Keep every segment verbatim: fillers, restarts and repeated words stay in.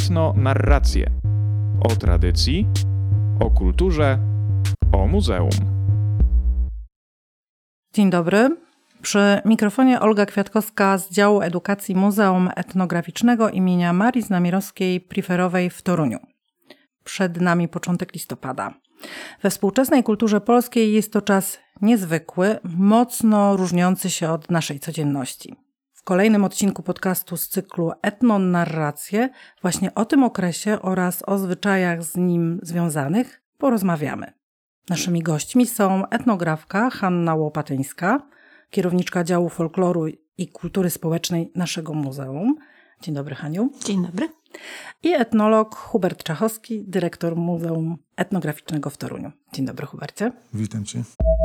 Etnonarracje. O tradycji, o kulturze, o muzeum. Dzień dobry. Przy mikrofonie Olga Kwiatkowska z działu edukacji Muzeum Etnograficznego imienia Marii Znamirowskiej-Priferowej w Toruniu. Przed nami początek listopada. We współczesnej kulturze polskiej jest to czas niezwykły, mocno różniący się od naszej codzienności. W kolejnym odcinku podcastu z cyklu Etnonarracje właśnie o tym okresie oraz o zwyczajach z nim związanych porozmawiamy. Naszymi gośćmi są etnografka Hanna Łopatyńska, kierowniczka działu folkloru i kultury społecznej naszego muzeum. Dzień dobry, Haniu. Dzień dobry. I etnolog Hubert Czachowski, dyrektor Muzeum Etnograficznego w Toruniu. Dzień dobry, Hubercie. Witam Cię.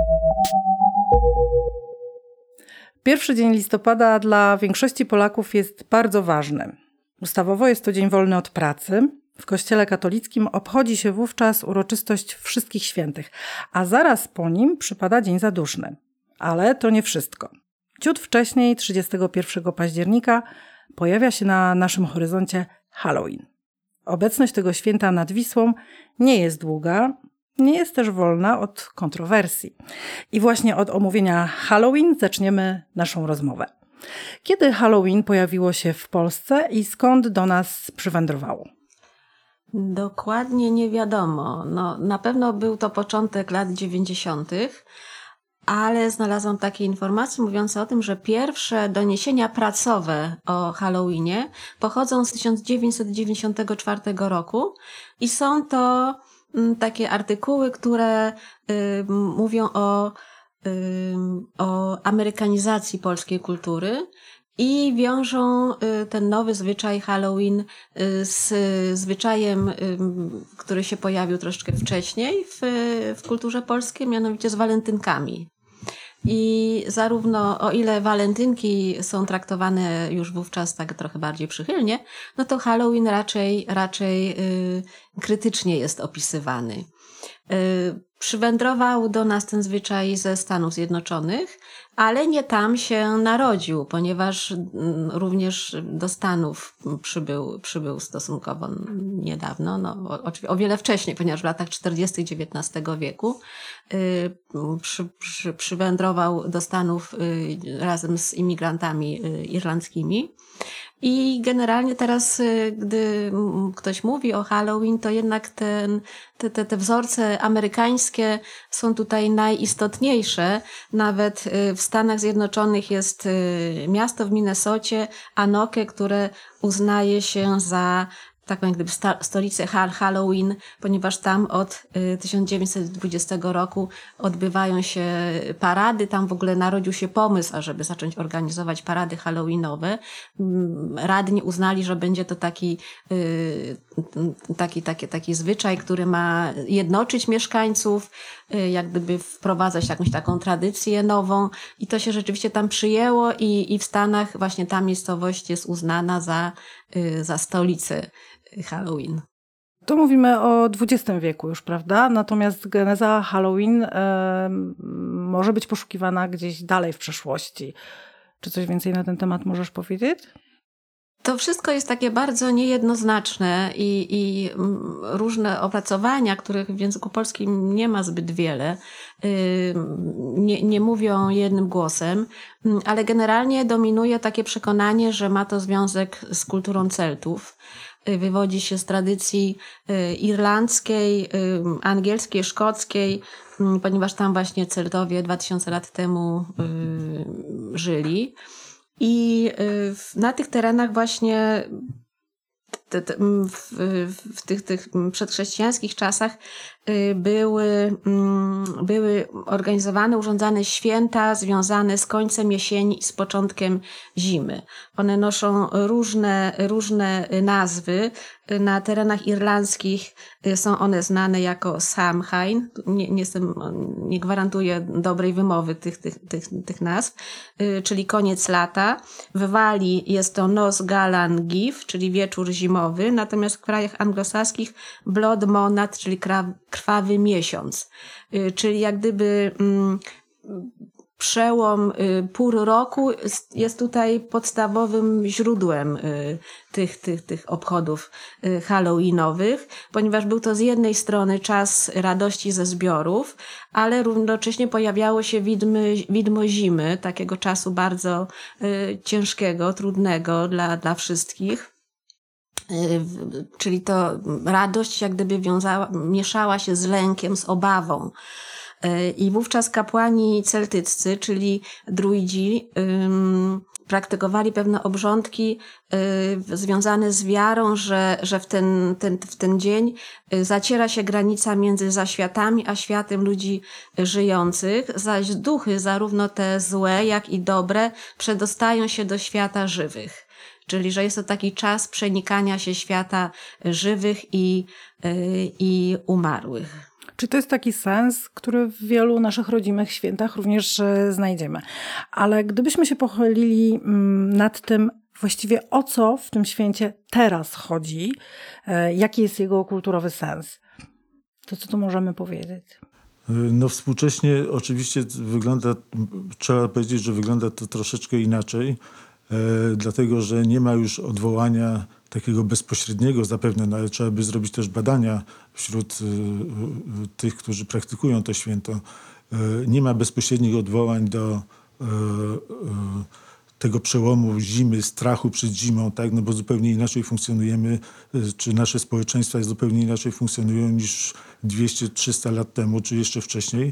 Pierwszy dzień listopada dla większości Polaków jest bardzo ważny. Ustawowo jest to dzień wolny od pracy. W Kościele katolickim obchodzi się wówczas uroczystość Wszystkich Świętych, a zaraz po nim przypada Dzień Zaduszny. Ale to nie wszystko. Ciut wcześniej, trzydziestego pierwszego października, pojawia się na naszym horyzoncie Halloween. Obecność tego święta nad Wisłą nie jest długa, nie jest też wolna od kontrowersji. I właśnie od omówienia Halloween zaczniemy naszą rozmowę. Kiedy Halloween pojawiło się w Polsce i skąd do nas przywędrowało? Dokładnie nie wiadomo. No, na pewno był to początek lat dziewięćdziesiątych, ale znalazłam takie informacje mówiące o tym, że pierwsze doniesienia prasowe o Halloweenie pochodzą z tysiąc dziewięćset dziewięćdziesiątego czwartego roku i są to m, takie artykuły, które y, mówią o, y, o amerykanizacji polskiej kultury. I wiążą ten nowy zwyczaj Halloween z zwyczajem, który się pojawił troszeczkę wcześniej w, w kulturze polskiej, mianowicie z walentynkami. I zarówno o ile walentynki są traktowane już wówczas tak trochę bardziej przychylnie, no to Halloween raczej, raczej yy, krytycznie jest opisywany. Yy, przywędrował do nas ten zwyczaj ze Stanów Zjednoczonych, ale nie tam się narodził, ponieważ również do Stanów przybył, przybył stosunkowo niedawno, no, o, o wiele wcześniej, ponieważ w latach czterdziestych dziewiętnastego wieku y, przy, przy, przywędrował do Stanów y, razem z imigrantami y, irlandzkimi. I generalnie teraz, gdy ktoś mówi o Halloween, to jednak ten, te, te, te wzorce amerykańskie są tutaj najistotniejsze. Nawet w Stanach Zjednoczonych jest miasto w Minnesocie, Anoke, które uznaje się za taką jak gdyby sta- stolicę Halloween, ponieważ tam od tysiąc dziewięćset dwudziestego roku odbywają się parady. Tam w ogóle narodził się pomysł, ażeby zacząć organizować parady halloweenowe. Radni uznali, że będzie to taki, taki, taki, taki zwyczaj, który ma jednoczyć mieszkańców, jak gdyby wprowadzać jakąś taką tradycję nową. I to się rzeczywiście tam przyjęło i, i w Stanach właśnie ta miejscowość jest uznana za, za stolicę Halloween. Tu mówimy o dwudziestym wieku już, prawda? Natomiast geneza Halloween e, może być poszukiwana gdzieś dalej w przeszłości. Czy coś więcej na ten temat możesz powiedzieć? To wszystko jest takie bardzo niejednoznaczne i, i różne opracowania, których w języku polskim nie ma zbyt wiele, nie, nie mówią jednym głosem, ale generalnie dominuje takie przekonanie, że ma to związek z kulturą Celtów. Wywodzi się z tradycji irlandzkiej, angielskiej, szkockiej, ponieważ tam właśnie Celtowie dwa tysiące lat temu żyli. I na tych terenach właśnie te, te, w, w tych, tych przedchrześcijańskich czasach były, były organizowane, urządzane święta związane z końcem jesieni i z początkiem zimy. One noszą różne, różne nazwy. Na terenach irlandzkich są one znane jako Samhain. Nie, nie, jestem, nie gwarantuję dobrej wymowy tych, tych, tych, tych nazw, czyli koniec lata. W Walii jest to Nos Galan Gif, czyli wieczór zimowy. Natomiast w krajach anglosaskich Blood Monat, czyli krwawy miesiąc. Czyli jak gdyby przełom y, pór roku jest tutaj podstawowym źródłem y, tych, tych, tych obchodów y, halloweenowych, ponieważ był to z jednej strony czas radości ze zbiorów, ale równocześnie pojawiało się widmy, widmo zimy, takiego czasu bardzo y, ciężkiego, trudnego dla, dla wszystkich. Czyli to radość jak gdyby wiązała, mieszała się z lękiem, z obawą. I wówczas kapłani celtyccy, czyli druidzi, ym, praktykowali pewne obrządki y, związane z wiarą, że, że w, ten, ten, w ten dzień y, zaciera się granica między zaświatami a światem ludzi żyjących, zaś duchy, zarówno te złe, jak i dobre, przedostają się do świata żywych. Czyli, że jest to taki czas przenikania się świata żywych i, y, i umarłych. Czy to jest taki sens, który w wielu naszych rodzimych świętach również znajdziemy? Ale gdybyśmy się pochylili nad tym właściwie o co w tym święcie teraz chodzi, jaki jest jego kulturowy sens, to co tu możemy powiedzieć? No współcześnie oczywiście wygląda, trzeba powiedzieć, że wygląda to troszeczkę inaczej, dlatego że nie ma już odwołania takiego bezpośredniego zapewne, no ale trzeba by zrobić też badania wśród tych, którzy praktykują to święto. Nie ma bezpośrednich odwołań do tego przełomu zimy, strachu przed zimą, tak? No bo zupełnie inaczej funkcjonujemy, czy nasze społeczeństwa zupełnie inaczej funkcjonują niż dwieście trzysta lat temu, czy jeszcze wcześniej.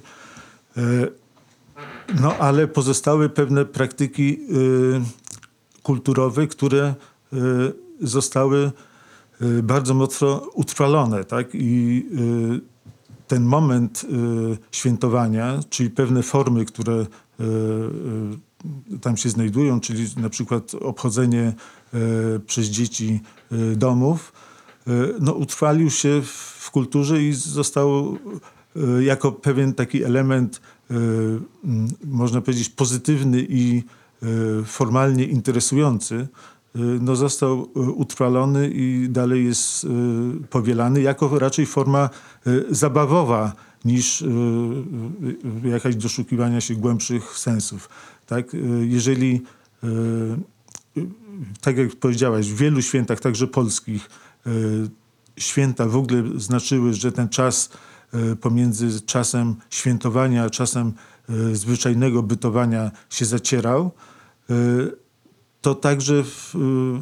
No ale pozostały pewne praktyki kulturowe, które zostały bardzo mocno utrwalone, tak? I ten moment świętowania, czyli pewne formy, które tam się znajdują, czyli na przykład obchodzenie przez dzieci domów, no utrwalił się w kulturze i został jako pewien taki element, można powiedzieć, pozytywny i formalnie interesujący, no został utrwalony i dalej jest powielany jako raczej forma zabawowa niż jakaś doszukiwania się głębszych sensów. Tak? Jeżeli, tak jak powiedziałaś, w wielu świętach, także polskich, święta w ogóle znaczyły, że ten czas pomiędzy czasem świętowania a czasem zwyczajnego bytowania się zacierał, to także w,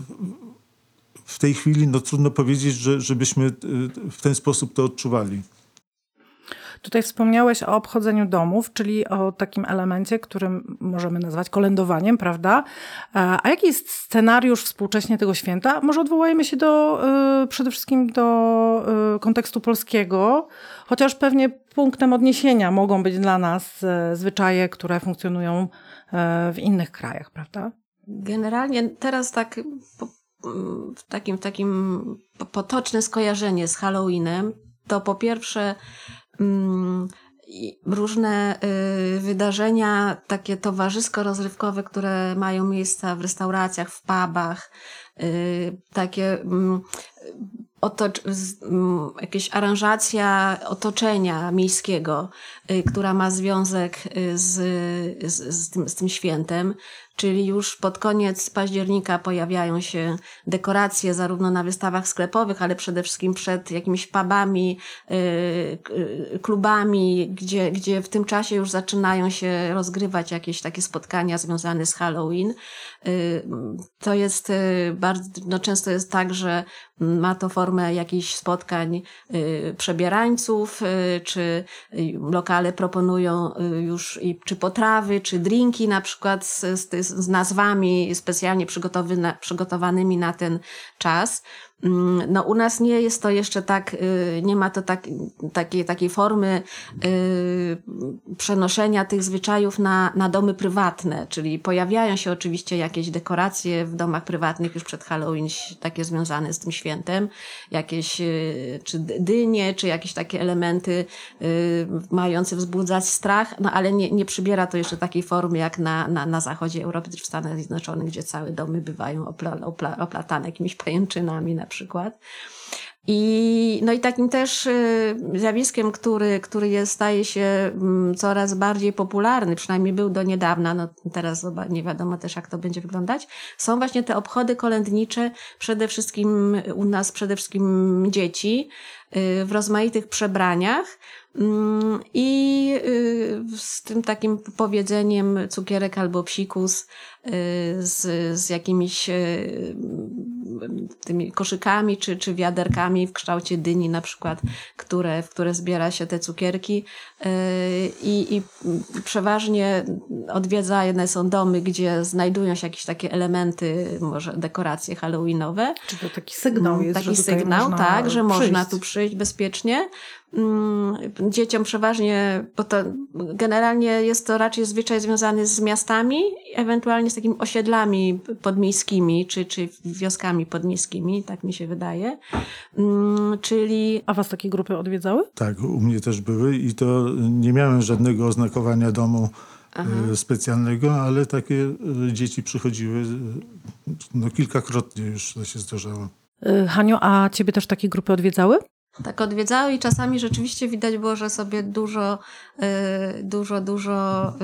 w tej chwili no, trudno powiedzieć, że, żebyśmy w ten sposób to odczuwali. Tutaj wspomniałeś o obchodzeniu domów, czyli o takim elemencie, którym możemy nazwać kolędowaniem, prawda? A jaki jest scenariusz współcześnie tego święta? Może odwołajmy się do, przede wszystkim do kontekstu polskiego, chociaż pewnie punktem odniesienia mogą być dla nas zwyczaje, które funkcjonują w innych krajach, prawda? Generalnie teraz tak po, w takim, w takim potoczne skojarzenie z Halloweenem, to po pierwsze mm, różne y, wydarzenia takie towarzysko-rozrywkowe, które mają miejsce w restauracjach, w pubach, y, takie mm, otocz, z, mm, jakieś aranżacja otoczenia miejskiego, y, która ma związek z, z, z, tym, z tym świętem. Czyli już pod koniec października pojawiają się dekoracje zarówno na wystawach sklepowych, ale przede wszystkim przed jakimiś pubami, yy, klubami, gdzie, gdzie w tym czasie już zaczynają się rozgrywać jakieś takie spotkania związane z Halloween. Yy, to jest yy, bardzo, no często jest tak, że ma to formę jakichś spotkań yy, przebierańców, yy, czy yy, lokale proponują yy, już i, czy potrawy, czy drinki na przykład z, z z nazwami specjalnie przygotowanymi na ten czas. No u nas nie jest to jeszcze tak, nie ma to tak, takiej, takiej formy yy, przenoszenia tych zwyczajów na, na domy prywatne, czyli pojawiają się oczywiście jakieś dekoracje w domach prywatnych już przed Halloween, takie związane z tym świętem, jakieś yy, czy dynie, czy jakieś takie elementy yy, mające wzbudzać strach, no ale nie, nie przybiera to jeszcze takiej formy jak na, na, na zachodzie Europy, czy w Stanach Zjednoczonych, gdzie całe domy bywają opla, opla, oplatane jakimiś pajęczynami na przykład. I, no i takim też y, zjawiskiem, który, który jest, staje się mm, coraz bardziej popularny, przynajmniej był do niedawna, no teraz nie wiadomo też jak to będzie wyglądać, są właśnie te obchody kolędnicze, przede wszystkim u nas, przede wszystkim dzieci, y, w rozmaitych przebraniach. I z tym takim powiedzeniem cukierek albo psikus, z, z jakimiś tymi koszykami czy, czy wiaderkami w kształcie dyni na przykład, które, w które zbiera się te cukierki. I, i przeważnie odwiedzane są domy, gdzie znajdują się jakieś takie elementy, może dekoracje halloweenowe. Czy to taki sygnał jest, taki że tutaj sygnał, można tak, że przyjść. można tu przyjść bezpiecznie. Dzieciom przeważnie, bo to generalnie jest to raczej zwyczaj związany z miastami, ewentualnie z takimi osiedlami podmiejskimi, czy, czy wioskami podmiejskimi, tak mi się wydaje. Czyli... A was takie grupy odwiedzały? Tak, u mnie też były i to nie miałem żadnego oznakowania domu Aha. specjalnego, ale takie dzieci przychodziły, no kilkakrotnie już to się zdarzało. Haniu, a ciebie też takie grupy odwiedzały? Tak odwiedzały i czasami rzeczywiście widać było, że sobie dużo, dużo, dużo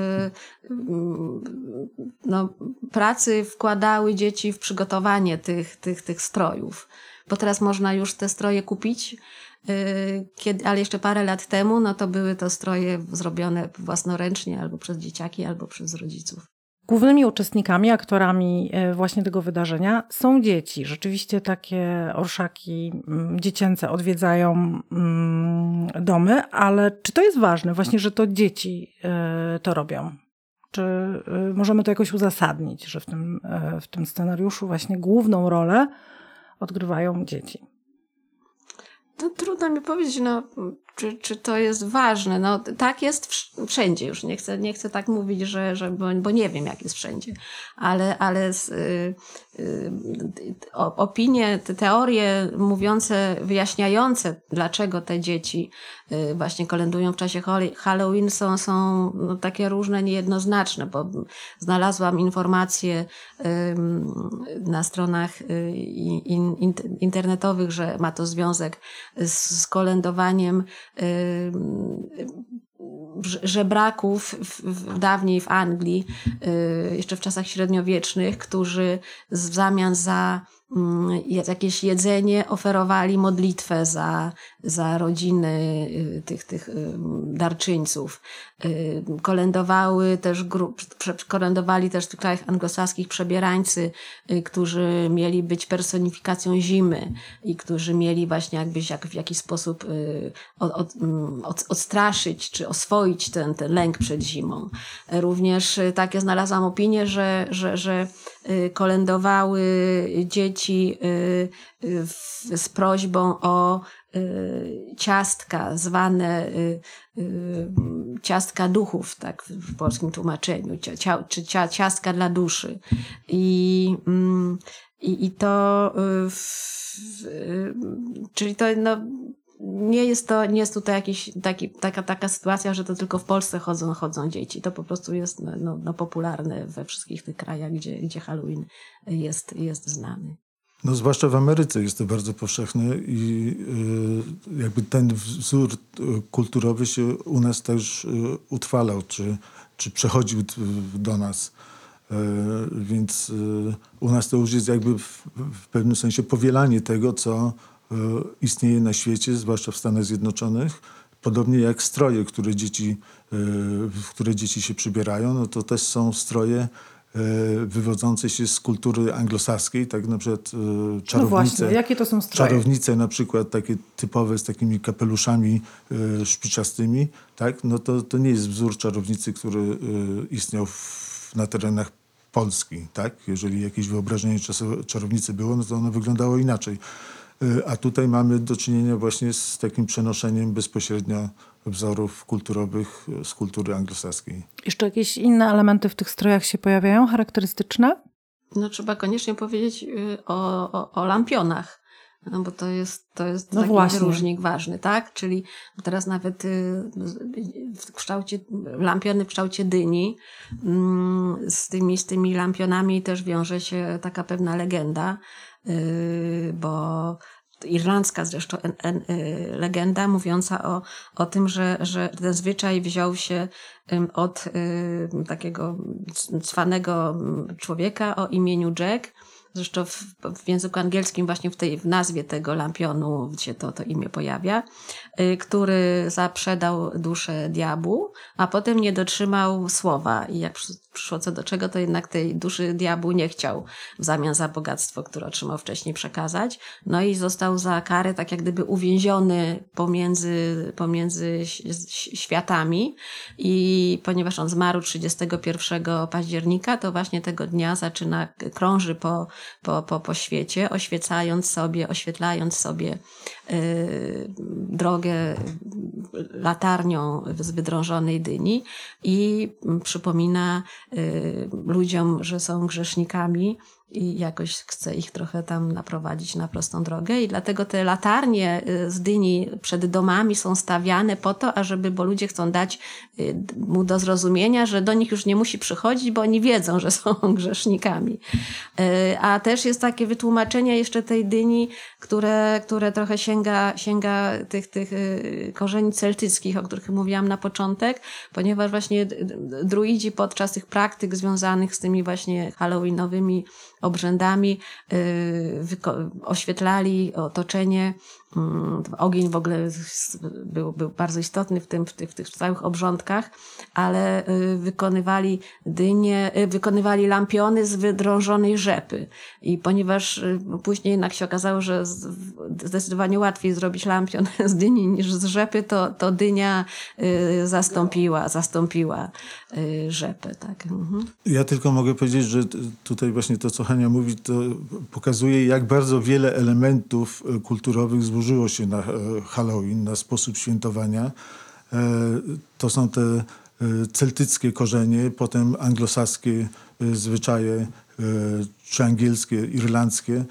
no, pracy wkładały dzieci w przygotowanie tych, tych, tych strojów. Bo teraz można już te stroje kupić, kiedy, ale jeszcze parę lat temu no to były to stroje zrobione własnoręcznie albo przez dzieciaki, albo przez rodziców. Głównymi uczestnikami, aktorami właśnie tego wydarzenia są dzieci. Rzeczywiście takie orszaki dziecięce odwiedzają domy, ale czy to jest ważne właśnie, że to dzieci to robią? Czy możemy to jakoś uzasadnić, że w tym, w tym scenariuszu właśnie główną rolę odgrywają dzieci? To trudno mi powiedzieć, no, czy, czy to jest ważne. No, tak jest wszędzie już. Nie chcę, nie chcę tak mówić, że, że bo, bo nie wiem, jak jest wszędzie. Ale, ale z, y, y, opinie, te teorie mówiące, wyjaśniające, dlaczego te dzieci y, właśnie kolędują w czasie Halloween są, są no, takie różne, niejednoznaczne, bo znalazłam informacje y, na stronach y, in, in, internetowych, że ma to związek z, z kolędowaniem żebraków w, w, dawniej w Anglii, jeszcze w czasach średniowiecznych, którzy w zamian za jakieś jedzenie oferowali modlitwę za, za rodziny tych, tych darczyńców. Kolędowały też grup, kolędowali też w tych krajach anglosaskich przebierańcy, którzy mieli być personifikacją zimy i którzy mieli właśnie jakbyś jak w jakiś sposób od, od, od, odstraszyć czy oswoić ten, ten lęk przed zimą. Również takie znalazłam opinię, że, że, że kolędowały dzieci z prośbą o ciastka, zwane ciastka duchów, tak w polskim tłumaczeniu, czy ciastka dla duszy. I, i, i to, czyli to no, nie jest to, nie jest tutaj jakiś, taki, taka, taka sytuacja, że to tylko w Polsce chodzą, chodzą dzieci. To po prostu jest no, no, popularne we wszystkich tych krajach, gdzie, gdzie Halloween jest, jest znany. No zwłaszcza w Ameryce jest to bardzo powszechne i y, jakby ten wzór kulturowy się u nas też y, utrwalał, czy, czy przechodził do nas. Y, więc y, u nas to już jest jakby w, w pewnym sensie powielanie tego, co y, istnieje na świecie, zwłaszcza w Stanach Zjednoczonych. Podobnie jak stroje, które dzieci, y, w które dzieci się przybierają, no to też są stroje wywodzące się z kultury anglosaskiej, tak na przykład czarownice. No właśnie, jakie to są stroje? Czarownice na przykład takie typowe z takimi kapeluszami y, szpiczastymi, tak? No to, to nie jest wzór czarownicy, który y, istniał w, na terenach Polski, tak? Jeżeli jakieś wyobrażenie czarownicy było, no to ono wyglądało inaczej. Y, a tutaj mamy do czynienia właśnie z takim przenoszeniem bezpośrednio wzorów kulturowych z kultury anglosaskiej. Jeszcze jakieś inne elementy w tych strojach się pojawiają, charakterystyczne? No trzeba koniecznie powiedzieć o, o, o lampionach, no bo to jest, to jest no taki właśnie. wyróżnik ważny, tak? Czyli teraz nawet w kształcie, lampiony w kształcie dyni, z tymi, z tymi lampionami też wiąże się taka pewna legenda, bo irlandzka zresztą en, en, legenda mówiąca o, o tym, że, że ten zwyczaj wziął się od y, takiego cwanego człowieka o imieniu Jack. Zresztą w, w języku angielskim właśnie w tej w nazwie tego lampionu się to, to imię pojawia, y, który zaprzedał duszę diabłu, a potem nie dotrzymał słowa i jak przyszło co do czego, to jednak tej duszy diabłu nie chciał w zamian za bogactwo, które otrzymał wcześniej, przekazać. No i został za karę tak jak gdyby uwięziony pomiędzy, pomiędzy światami i ponieważ on zmarł trzydziestego pierwszego października, to właśnie tego dnia zaczyna, krąży po Po, po, po świecie, oświecając sobie, oświetlając sobie y, drogę latarnią z wydrążonej dyni i przypomina y, ludziom, że są grzesznikami i jakoś chce ich trochę tam naprowadzić na prostą drogę i dlatego te latarnie z dyni przed domami są stawiane po to, ażeby, bo ludzie chcą dać mu do zrozumienia, że do nich już nie musi przychodzić, bo oni wiedzą, że są grzesznikami. A też jest takie wytłumaczenie jeszcze tej dyni, które, które trochę sięga, sięga tych, tych korzeni celtyckich, o których mówiłam na początek, ponieważ właśnie druidzi podczas tych praktyk związanych z tymi właśnie halloweenowymi obrzędami wyko- oświetlali otoczenie. Ogień w ogóle był, był bardzo istotny w, tym, w, tych, w tych całych obrządkach, ale wykonywali dynie, wykonywali lampiony z wydrążonej rzepy. I ponieważ później jednak się okazało, że zdecydowanie łatwiej zrobić lampion z dyni niż z rzepy, to, to dynia zastąpiła, zastąpiła rzepę. Tak. Mhm. Ja tylko mogę powiedzieć, że tutaj właśnie to, co Hania mówi, to pokazuje, jak bardzo wiele elementów kulturowych złożyło się na Halloween, na sposób świętowania. To są te celtyckie korzenie, potem anglosaskie zwyczaje, czy angielskie, irlandzkie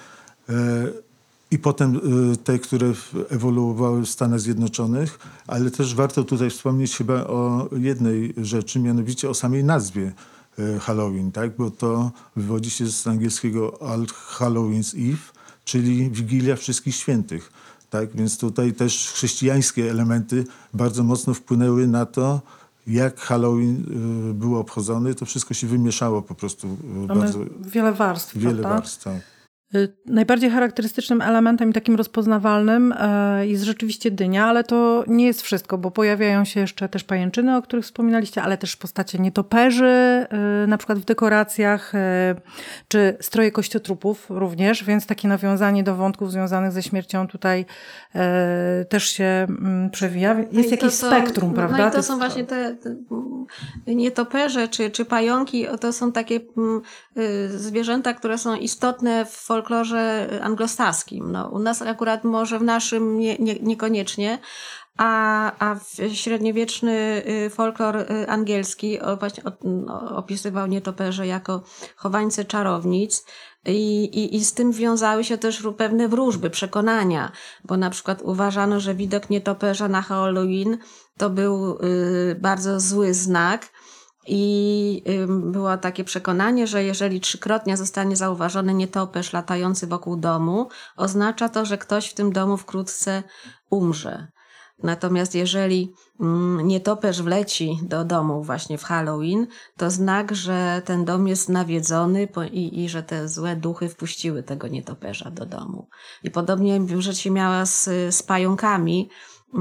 i potem te, które ewoluowały w Stanach Zjednoczonych, ale też warto tutaj wspomnieć chyba o jednej rzeczy, mianowicie o samej nazwie Halloween, tak? Bo to wywodzi się z angielskiego All Halloweens Eve, czyli Wigilia Wszystkich Świętych. Tak? Więc tutaj też chrześcijańskie elementy bardzo mocno wpłynęły na to, jak Halloween był obchodzony. To wszystko się wymieszało po prostu. Mamy bardzo wiele warstw, Wiele prawda? warstw, tak. Najbardziej charakterystycznym elementem i takim rozpoznawalnym jest rzeczywiście dynia, ale to nie jest wszystko, bo pojawiają się jeszcze też pajęczyny, o których wspominaliście, ale też postacie nietoperzy, na przykład w dekoracjach, czy stroje kościotrupów również, więc takie nawiązanie do wątków związanych ze śmiercią tutaj też się przewija. Jest jakieś są, spektrum, prawda? No i to są właśnie te, te nietoperze czy, czy pająki, to są takie zwierzęta, które są istotne w folklorze anglosaskim. No, u nas akurat może w naszym nie, nie, niekoniecznie, a, a średniowieczny folklor angielski właśnie opisywał nietoperze jako chowańce czarownic. I, i, I z tym wiązały się też pewne wróżby, przekonania, bo na przykład uważano, że widok nietoperza na Halloween to był y, bardzo zły znak. I było takie przekonanie, że jeżeli trzykrotnie zostanie zauważony nietoperz latający wokół domu, oznacza to, że ktoś w tym domu wkrótce umrze. Natomiast jeżeli nietoperz wleci do domu właśnie w Halloween, to znak, że ten dom jest nawiedzony i, i że te złe duchy wpuściły tego nietoperza do domu. I podobnie rzecz się miała z, z pająkami.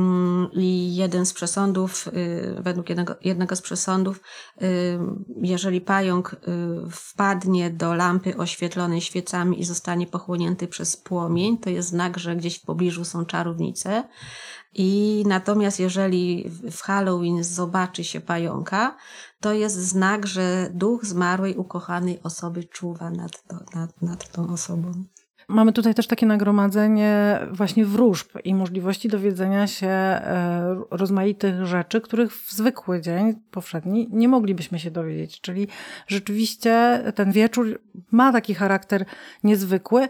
I jeden z przesądów, według jednego, jednego z przesądów, jeżeli pająk wpadnie do lampy oświetlonej świecami i zostanie pochłonięty przez płomień, to jest znak, że gdzieś w pobliżu są czarownice. I natomiast jeżeli w Halloween zobaczy się pająka, to jest znak, że duch zmarłej, ukochanej osoby czuwa nad, to, nad, nad tą osobą. Mamy tutaj też takie nagromadzenie właśnie wróżb i możliwości dowiedzenia się rozmaitych rzeczy, których w zwykły dzień powszedni nie moglibyśmy się dowiedzieć. Czyli rzeczywiście ten wieczór ma taki charakter niezwykły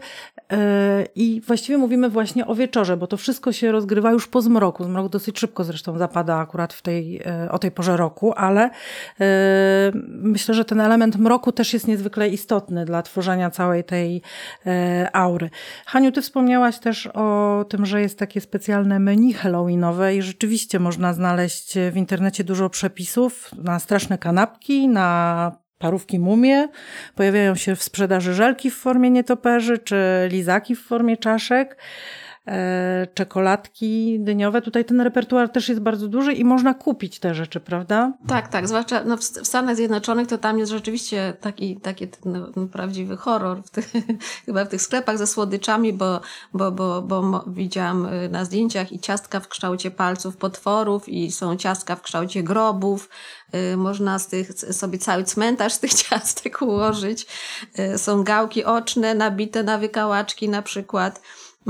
i właściwie mówimy właśnie o wieczorze, bo to wszystko się rozgrywa już po zmroku. Zmrok dosyć szybko zresztą zapada akurat w tej, o tej porze roku, ale myślę, że ten element mroku też jest niezwykle istotny dla tworzenia całej tej aury. aury. Haniu, ty wspomniałaś też o tym, że jest takie specjalne menu halloweenowe i rzeczywiście można znaleźć w internecie dużo przepisów na straszne kanapki, na parówki mumie. Pojawiają się w sprzedaży żelki w formie nietoperzy, czy lizaki w formie czaszek, e, czekoladki dyniowe. Tutaj ten repertuar też jest bardzo duży i można kupić te rzeczy, prawda? Tak, tak. Zwłaszcza no, w, w Stanach Zjednoczonych to tam jest rzeczywiście taki, taki no, no, prawdziwy horror w tych, chyba w tych sklepach ze słodyczami, bo, bo, bo, bo mo, widziałam na zdjęciach i ciastka w kształcie palców potworów i są ciastka w kształcie grobów. Można z tych sobie cały cmentarz z tych ciastek ułożyć. Są gałki oczne nabite na wykałaczki na przykład.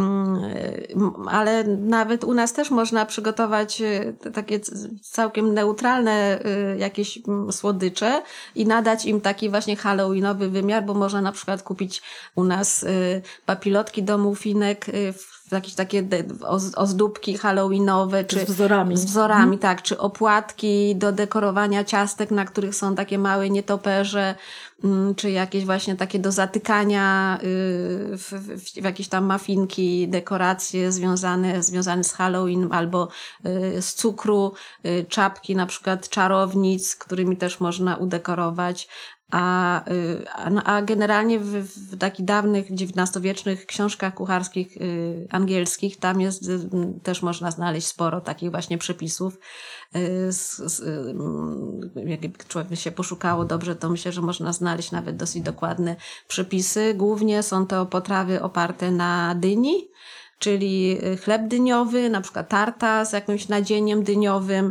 Ale nawet u nas też można przygotować takie całkiem neutralne jakieś słodycze i nadać im taki właśnie halloweenowy wymiar, bo można na przykład kupić u nas papilotki do muffinek, jakieś takie ozdóbki halloweenowe, czy z wzorami. Z wzorami, hmm. tak, czy opłatki do dekorowania ciastek, na których są takie małe nietoperze, czy jakieś właśnie takie do zatykania w, w, w jakieś tam muffinki, dekoracje związane, związane z Halloween albo z cukru, czapki na przykład czarownic, którymi też można udekorować. A, a, a generalnie w, w takich dawnych dziewiętnastowiecznych książkach kucharskich y, angielskich tam jest, y, też można znaleźć sporo takich właśnie przepisów. Y, z, z, y, jak człowiek by się poszukało dobrze, to myślę, że można znaleźć nawet dosyć dokładne przepisy. Głównie są to potrawy oparte na dyni, czyli chleb dyniowy, na przykład tarta z jakimś nadzieniem dyniowym.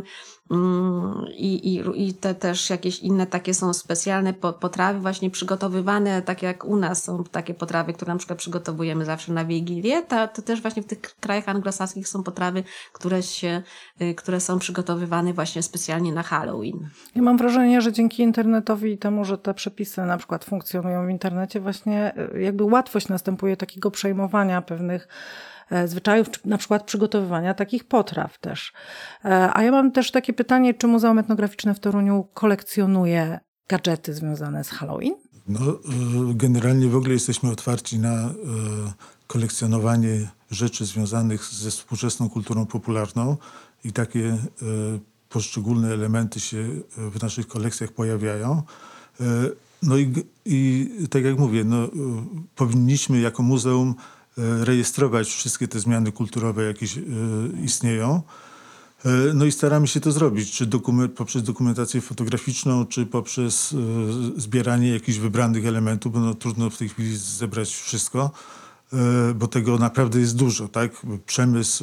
I, i, i te też jakieś inne takie są specjalne potrawy właśnie przygotowywane, tak jak u nas są takie potrawy, które na przykład przygotowujemy zawsze na Wigilię, to, to też właśnie w tych krajach anglosaskich są potrawy, które się, które są przygotowywane właśnie specjalnie na Halloween. Ja mam wrażenie, że dzięki internetowi i temu, że te przepisy na przykład funkcjonują w internecie, właśnie jakby łatwość następuje takiego przejmowania pewnych zwyczajów, czy na przykład przygotowywania takich potraw też. A ja mam też takie pytanie, czy Muzeum Etnograficzne w Toruniu kolekcjonuje gadżety związane z Halloween? No, generalnie w ogóle jesteśmy otwarci na kolekcjonowanie rzeczy związanych ze współczesną kulturą popularną i takie poszczególne elementy się w naszych kolekcjach pojawiają. No i, i tak jak mówię, no, powinniśmy jako muzeum rejestrować wszystkie te zmiany kulturowe, jakie istnieją. No i staramy się to zrobić, czy dokument, poprzez dokumentację fotograficzną, czy poprzez zbieranie jakichś wybranych elementów, bo no, trudno w tej chwili zebrać wszystko, bo tego naprawdę jest dużo, tak? Przemysł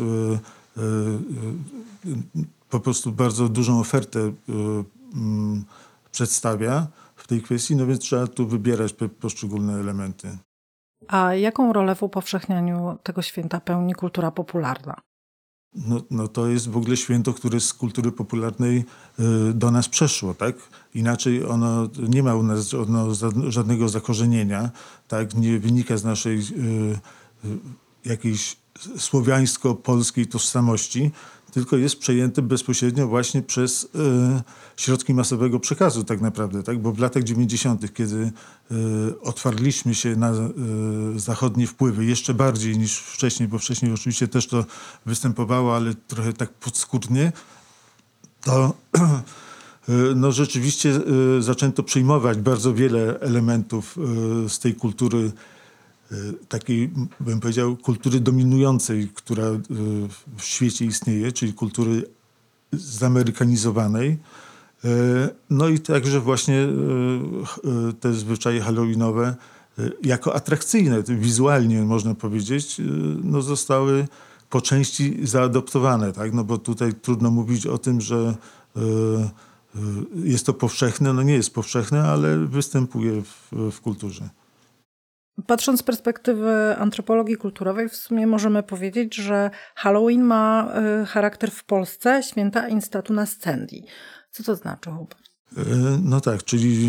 po prostu bardzo dużą ofertę przedstawia w tej kwestii, no więc trzeba tu wybierać poszczególne elementy. A jaką rolę w upowszechnianiu tego święta pełni kultura popularna? No, no to jest w ogóle święto, które z kultury popularnej y, do nas przeszło, tak? Inaczej ono nie ma u nas ono żadnego zakorzenienia, tak? Nie wynika z naszej y, y, jakiejś słowiańsko-polskiej tożsamości, tylko jest przejęte bezpośrednio właśnie przez y, środki masowego przekazu tak naprawdę, tak? Bo w latach dziewięćdziesiątych, kiedy y, otwarliśmy się na y, zachodnie wpływy jeszcze bardziej niż wcześniej, bo wcześniej oczywiście też to występowało, ale trochę tak podskórnie, to y, no rzeczywiście y, zaczęto przyjmować bardzo wiele elementów y, z tej kultury takiej, bym powiedział, kultury dominującej, która w świecie istnieje, czyli kultury zamerykanizowanej. No i także właśnie te zwyczaje halloweenowe jako atrakcyjne, wizualnie można powiedzieć, no zostały po części zaadoptowane, tak? No bo tutaj trudno mówić o tym, że jest to powszechne. No nie jest powszechne, ale występuje w, w kulturze. Patrząc z perspektywy antropologii kulturowej, w sumie możemy powiedzieć, że Halloween ma charakter w Polsce święta Instatu Scendi. Co to znaczy, Hubert? No tak, czyli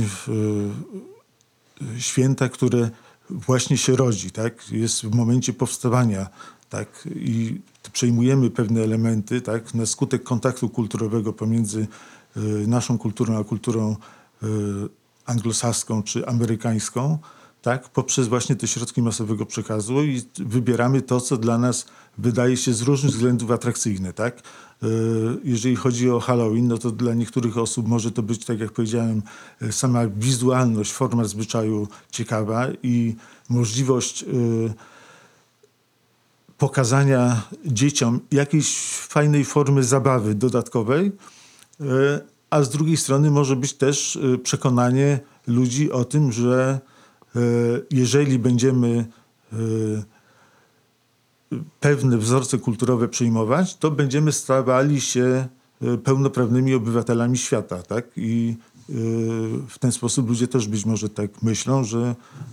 święta, które właśnie się rodzi, tak? Jest w momencie powstawania, tak? I przejmujemy pewne elementy, tak? Na skutek kontaktu kulturowego pomiędzy naszą kulturą a kulturą anglosaską czy amerykańską, tak, poprzez właśnie te środki masowego przekazu i wybieramy to, co dla nas wydaje się z różnych względów atrakcyjne, tak. Jeżeli chodzi o Halloween, no to dla niektórych osób może to być, tak jak powiedziałem, sama wizualność, forma zwyczaju ciekawa i możliwość pokazania dzieciom jakiejś fajnej formy zabawy dodatkowej, a z drugiej strony może być też przekonanie ludzi o tym, że jeżeli będziemy pewne wzorce kulturowe przyjmować, to będziemy stawali się pełnoprawnymi obywatelami świata, tak? I w ten sposób ludzie też być może tak myślą, że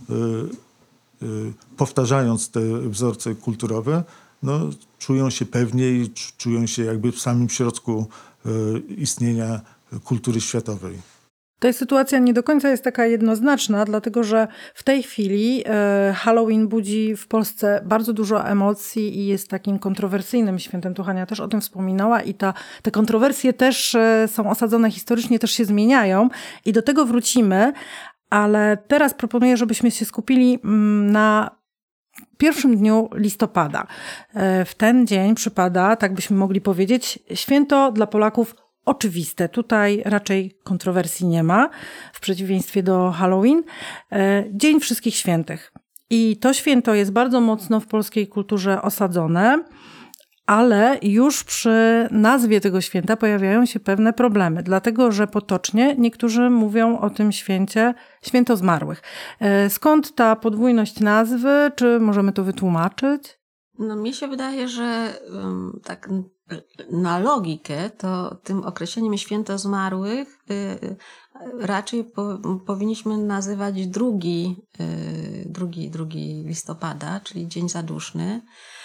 powtarzając te wzorce kulturowe, no, czują się pewniej, czują się jakby w samym środku istnienia kultury światowej. Ta sytuacja nie do końca jest taka jednoznaczna, dlatego że w tej chwili e, Halloween budzi w Polsce bardzo dużo emocji i jest takim kontrowersyjnym świętem. Tu Hania też o tym wspominała i ta, te kontrowersje też e, są osadzone historycznie, też się zmieniają i do tego wrócimy, ale teraz proponuję, żebyśmy się skupili mm, na pierwszym dniu listopada. E, w ten dzień przypada, tak byśmy mogli powiedzieć, święto dla Polaków oczywiste. Tutaj raczej kontrowersji nie ma, w przeciwieństwie do Halloween. Dzień Wszystkich Świętych. I to święto jest bardzo mocno w polskiej kulturze osadzone, ale już przy nazwie tego święta pojawiają się pewne problemy, dlatego że potocznie niektórzy mówią o tym święcie Święto Zmarłych. Skąd ta podwójność nazwy? Czy możemy to wytłumaczyć? No mnie się wydaje, że um, tak na logikę to tym określeniem Święto Zmarłych y, y, raczej po, powinniśmy nazywać drugi, y, drugi, drugi listopada, czyli Dzień Zaduszny.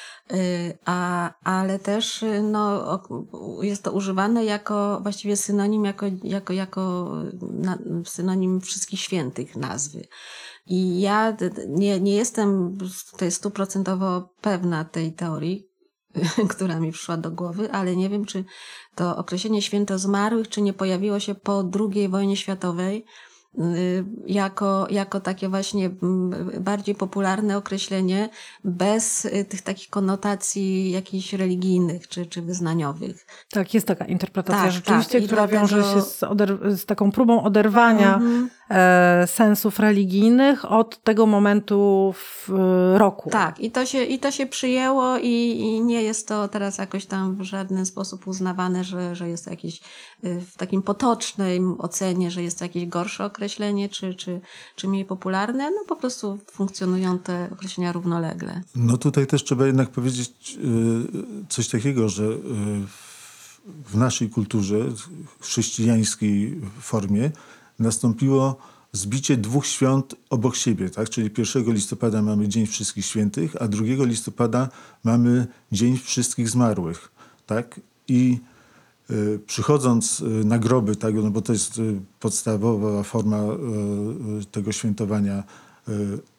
A, ale też no, jest to używane jako właściwie synonim, jako, jako, jako na, synonim Wszystkich Świętych nazwy. I ja nie, nie jestem tutaj stuprocentowo pewna tej teorii, która mi przyszła do głowy, ale nie wiem, czy to określenie Święto Zmarłych, czy nie pojawiło się po drugiej wojnie światowej, jako, jako takie właśnie bardziej popularne określenie bez tych takich konotacji jakichś religijnych czy, czy wyznaniowych. Tak, jest taka interpretacja tak, rzeczywiście, tak. która dlatego... wiąże się z, oder- z taką próbą oderwania mhm. e, sensów religijnych od tego momentu w e, roku. Tak, i to się, i to się przyjęło i, i nie jest to teraz jakoś tam w żaden sposób uznawane, że, że jest jakieś w takim potocznej ocenie, że jest to jakieś gorsze określenie, czy, czy, czy mniej popularne. No po prostu funkcjonują te określenia równolegle. No tutaj też trzeba jednak powiedzieć coś takiego, że w naszej kulturze, w chrześcijańskiej formie nastąpiło zbicie dwóch świąt obok siebie, tak? Czyli pierwszego listopada mamy Dzień Wszystkich Świętych, a drugiego listopada mamy Dzień Wszystkich Zmarłych, tak? I y, przychodząc na groby, tak? No bo to jest y, podstawowa forma y, tego świętowania, y,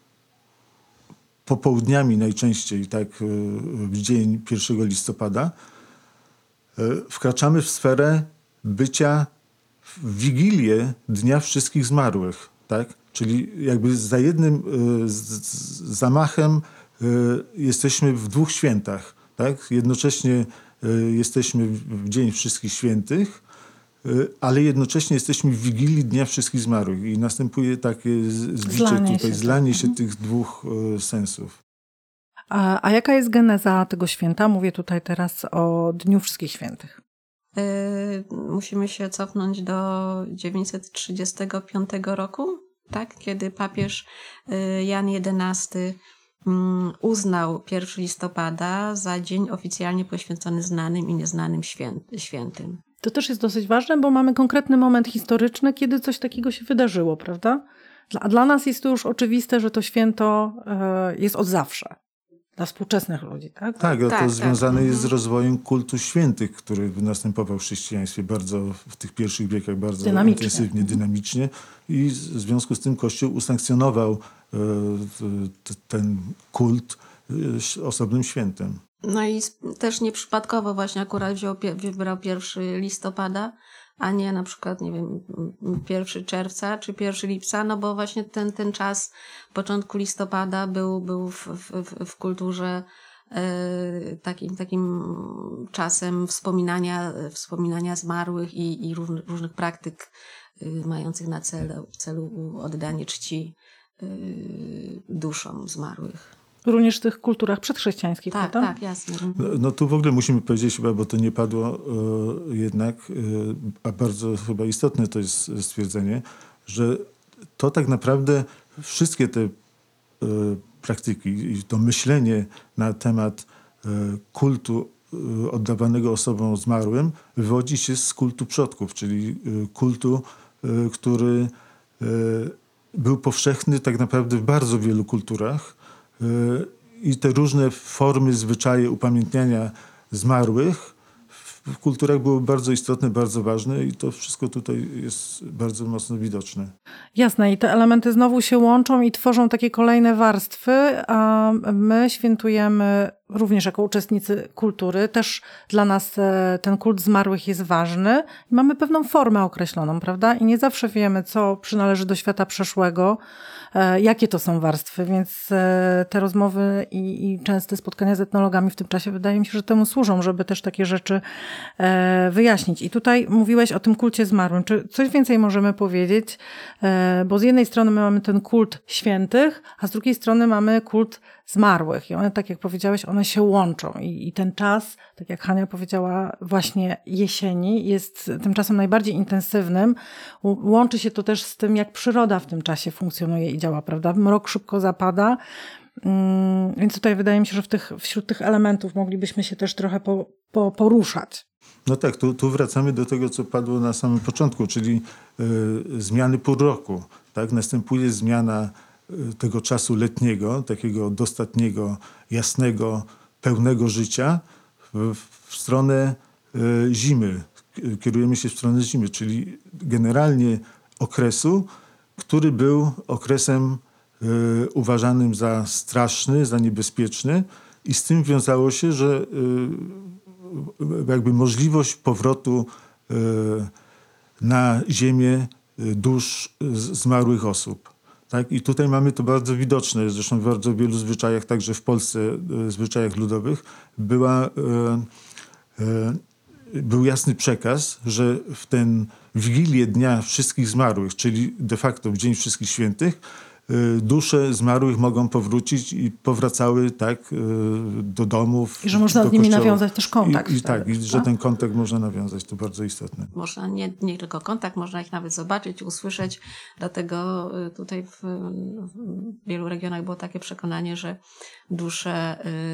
popołudniami najczęściej, tak? Y, w dzień pierwszego listopada, y, wkraczamy w sferę bycia w Wigilię Dnia Wszystkich Zmarłych, tak? Czyli jakby za jednym y, z, z, zamachem y, jesteśmy w dwóch świętach, tak? Jednocześnie y, jesteśmy w Dzień Wszystkich Świętych, y, ale jednocześnie jesteśmy w Wigilii Dnia Wszystkich Zmarłych i następuje takie zbicie zlanie tutaj, się zlanie to. się tych dwóch y, sensów. A, a jaka jest geneza tego święta? Mówię tutaj teraz o Dniu Wszystkich Świętych. Musimy się cofnąć do dziewięćset trzydziestego piątego roku, tak? Kiedy papież Jan jedenasty uznał pierwszego listopada za dzień oficjalnie poświęcony znanym i nieznanym świętym. To też jest dosyć ważne, bo mamy konkretny moment historyczny, kiedy coś takiego się wydarzyło, prawda? Dla, dla nas jest to już oczywiste, że to święto jest od zawsze. Dla współczesnych ludzi, tak? Tak, a to tak, związane tak. jest z rozwojem kultu świętych, który następował w chrześcijaństwie bardzo, w tych pierwszych wiekach bardzo Dynamicznie. intensywnie, dynamicznie i w związku z tym Kościół usankcjonował e, t, ten kult e, osobnym świętem. No i też nieprzypadkowo właśnie akurat wziął, wybrał pierwszego listopada, a nie na przykład, nie wiem, pierwszego czerwca czy pierwszego lipca, no bo właśnie ten, ten czas początku listopada był, był w, w, w kulturze e, takim, takim czasem wspominania, wspominania zmarłych i, i różnych, różnych praktyk y, mających na celu, celu oddanie czci y, duszom zmarłych. Również w tych kulturach przedchrześcijańskich, Tak, prawda? tak, jasne. No, no tu w ogóle musimy powiedzieć chyba, bo to nie padło e, jednak, e, a bardzo chyba istotne to jest stwierdzenie, że to tak naprawdę wszystkie te e, praktyki i to myślenie na temat e, kultu e, oddawanego osobom zmarłym wywodzi się z kultu przodków, czyli e, kultu, e, który e, był powszechny tak naprawdę w bardzo wielu kulturach. I te różne formy, zwyczaje upamiętniania zmarłych w kulturach były bardzo istotne, bardzo ważne i to wszystko tutaj jest bardzo mocno widoczne. Jasne, i te elementy znowu się łączą i tworzą takie kolejne warstwy, a my świętujemy również jako uczestnicy kultury. Też dla nas ten kult zmarłych jest ważny. Mamy pewną formę określoną, prawda? I nie zawsze wiemy, co przynależy do świata przeszłego, jakie to są warstwy, więc te rozmowy i, i częste spotkania z etnologami w tym czasie wydaje mi się, że temu służą, żeby też takie rzeczy wyjaśnić. I tutaj mówiłeś o tym kulcie zmarłym. Czy coś więcej możemy powiedzieć? Bo z jednej strony my mamy ten kult świętych, a z drugiej strony mamy kult zmarłych. I one, tak jak powiedziałeś, one się łączą. I, i ten czas, tak jak Hania powiedziała, właśnie jesieni jest tym czasem najbardziej intensywnym. Łączy się to też z tym, jak przyroda w tym czasie funkcjonuje i działa, prawda? Mrok szybko zapada. Hmm, więc tutaj wydaje mi się, że w tych, wśród tych elementów moglibyśmy się też trochę po, po, poruszać. No tak, tu, tu wracamy do tego, co padło na samym początku, czyli y, zmiany pół roku. Tak? Następuje zmiana y, tego czasu letniego, takiego dostatniego, jasnego, pełnego życia w, w stronę y, zimy. Kierujemy się w stronę zimy, czyli generalnie okresu, który był okresem y, uważanym za straszny, za niebezpieczny i z tym wiązało się, że y, jakby możliwość powrotu y, na ziemię y, dusz z, zmarłych osób. Tak? I tutaj mamy to bardzo widoczne, zresztą w bardzo wielu zwyczajach, także w Polsce, y, zwyczajach ludowych, była, y, y, był jasny przekaz, że w ten Wigilię Dnia Wszystkich Zmarłych, czyli de facto w Dzień Wszystkich Świętych, dusze zmarłych mogą powrócić i powracały tak do domów. I że można z nimi kościoła. nawiązać też kontakt. I, i tak, i że ten kontakt można nawiązać, to bardzo istotne. Można nie, nie tylko kontakt, można ich nawet zobaczyć, usłyszeć. Dlatego tutaj w, w wielu regionach było takie przekonanie, że dusze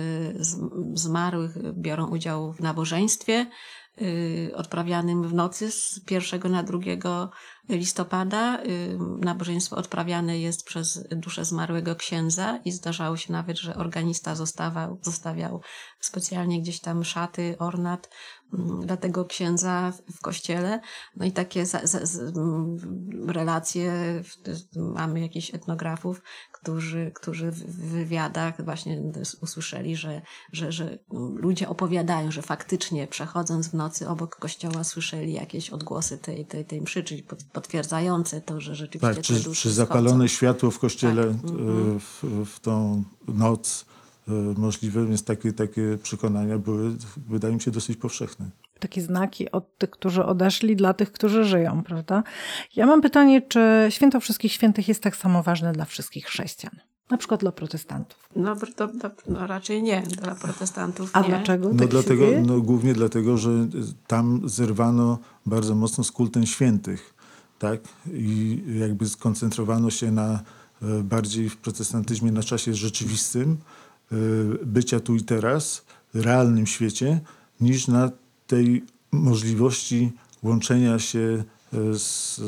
zmarłych biorą udział w nabożeństwie odprawianym w nocy z pierwszego na drugiego listopada. Nabożeństwo odprawiane jest przez duszę zmarłego księdza i zdarzało się nawet, że organista zostawał, zostawiał specjalnie gdzieś tam szaty, ornat dla tego księdza w kościele. No i takie za, za, za, relacje, mamy jakichś etnografów, którzy, którzy w wywiadach właśnie usłyszeli, że, że, że ludzie opowiadają, że faktycznie przechodząc w nocy obok kościoła słyszeli jakieś odgłosy tej, tej, tej mszy, czyli potwierdzające to, że rzeczywiście tak, te czy, dusze czy zapalone schodzą. światło w kościele Tak. w, w tą noc możliwe, więc takie, takie przekonania były, wydaje mi się, dosyć powszechne. Takie znaki od tych, którzy odeszli, dla tych, którzy żyją, prawda? Ja mam pytanie, czy Święto Wszystkich Świętych jest tak samo ważne dla wszystkich chrześcijan? Na przykład dla protestantów. No, to, to, no raczej nie, dla protestantów A nie. dlaczego? No, tak dlatego, się dzieje? no głównie dlatego, że tam zerwano bardzo mocno z kultem świętych, tak? I jakby skoncentrowano się na bardziej w protestantyzmie na czasie rzeczywistym, bycia tu i teraz, realnym świecie, niż na tej możliwości łączenia się z,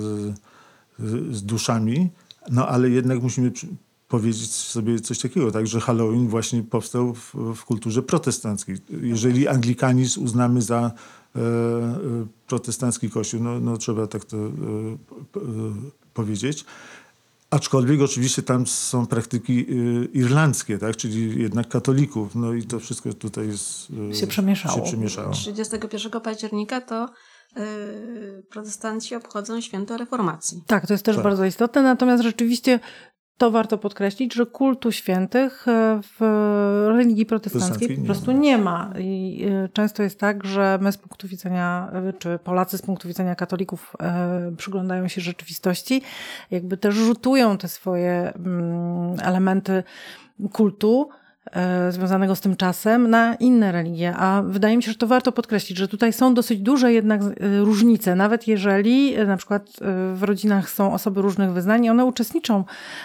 z duszami. No ale jednak musimy powiedzieć sobie coś takiego, tak, że Halloween właśnie powstał w, w kulturze protestanckiej. Jeżeli anglikanizm uznamy za e, protestancki kościół, no, no trzeba tak to e, e, powiedzieć. Aczkolwiek oczywiście tam są praktyki y, irlandzkie, tak? Czyli jednak katolików. No i to wszystko tutaj jest, y, się przemieszało. Się przemieszało. trzydziestego pierwszego października to yy, protestanci obchodzą święto reformacji. Tak, to jest też Tak. bardzo istotne, natomiast rzeczywiście to warto podkreślić, że kultu świętych w religii protestanckiej po nie prostu ma. nie ma. I często jest tak, że my z punktu widzenia, czy Polacy z punktu widzenia katolików przyglądają się rzeczywistości, jakby też rzutują te swoje elementy kultu związanego z tym czasem na inne religie, a wydaje mi się, że to warto podkreślić, że tutaj są dosyć duże jednak różnice, nawet jeżeli na przykład w rodzinach są osoby różnych wyznań i one uczestniczą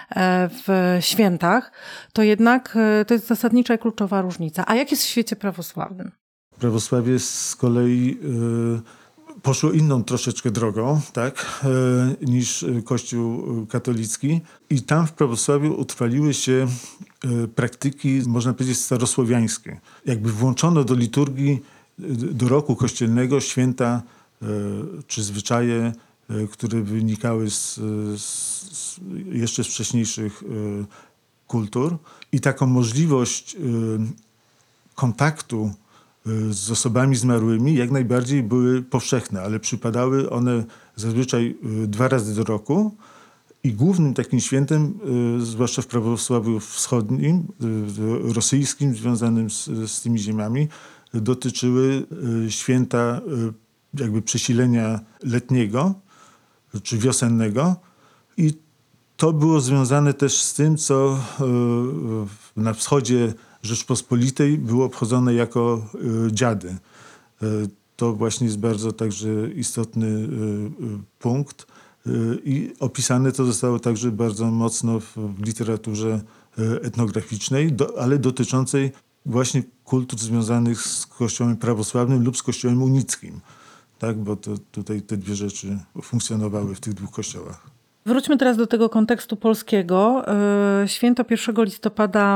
w świętach, to jednak to jest zasadnicza i kluczowa różnica. A jak jest w świecie prawosławnym? Prawosławie z kolei y, poszło inną troszeczkę drogą, tak, y, niż Kościół katolicki. I tam w prawosławiu utrwaliły się y, praktyki, można powiedzieć, starosłowiańskie. Jakby włączono do liturgii, y, do roku kościelnego święta y, czy zwyczaje, y, które wynikały z, z, z jeszcze z wcześniejszych y, kultur. I taką możliwość y, kontaktu z osobami zmarłymi jak najbardziej były powszechne, ale przypadały one zazwyczaj dwa razy do roku i głównym takim świętem, zwłaszcza w prawosławiu wschodnim, rosyjskim, związanym z, z tymi ziemiami, dotyczyły święta jakby przesilenia letniego czy wiosennego i to było związane też z tym, co na wschodzie Rzeczpospolitej było obchodzone jako y, dziady. Y, to właśnie jest bardzo także istotny y, y, punkt y, i opisane to zostało także bardzo mocno w, w literaturze y, etnograficznej, do, ale dotyczącej właśnie kultur związanych z Kościołem prawosławnym lub z Kościołem unickim. Tak? Bo to, tutaj te dwie rzeczy funkcjonowały w tych dwóch kościołach. Wróćmy teraz do tego kontekstu polskiego. Święto pierwszego listopada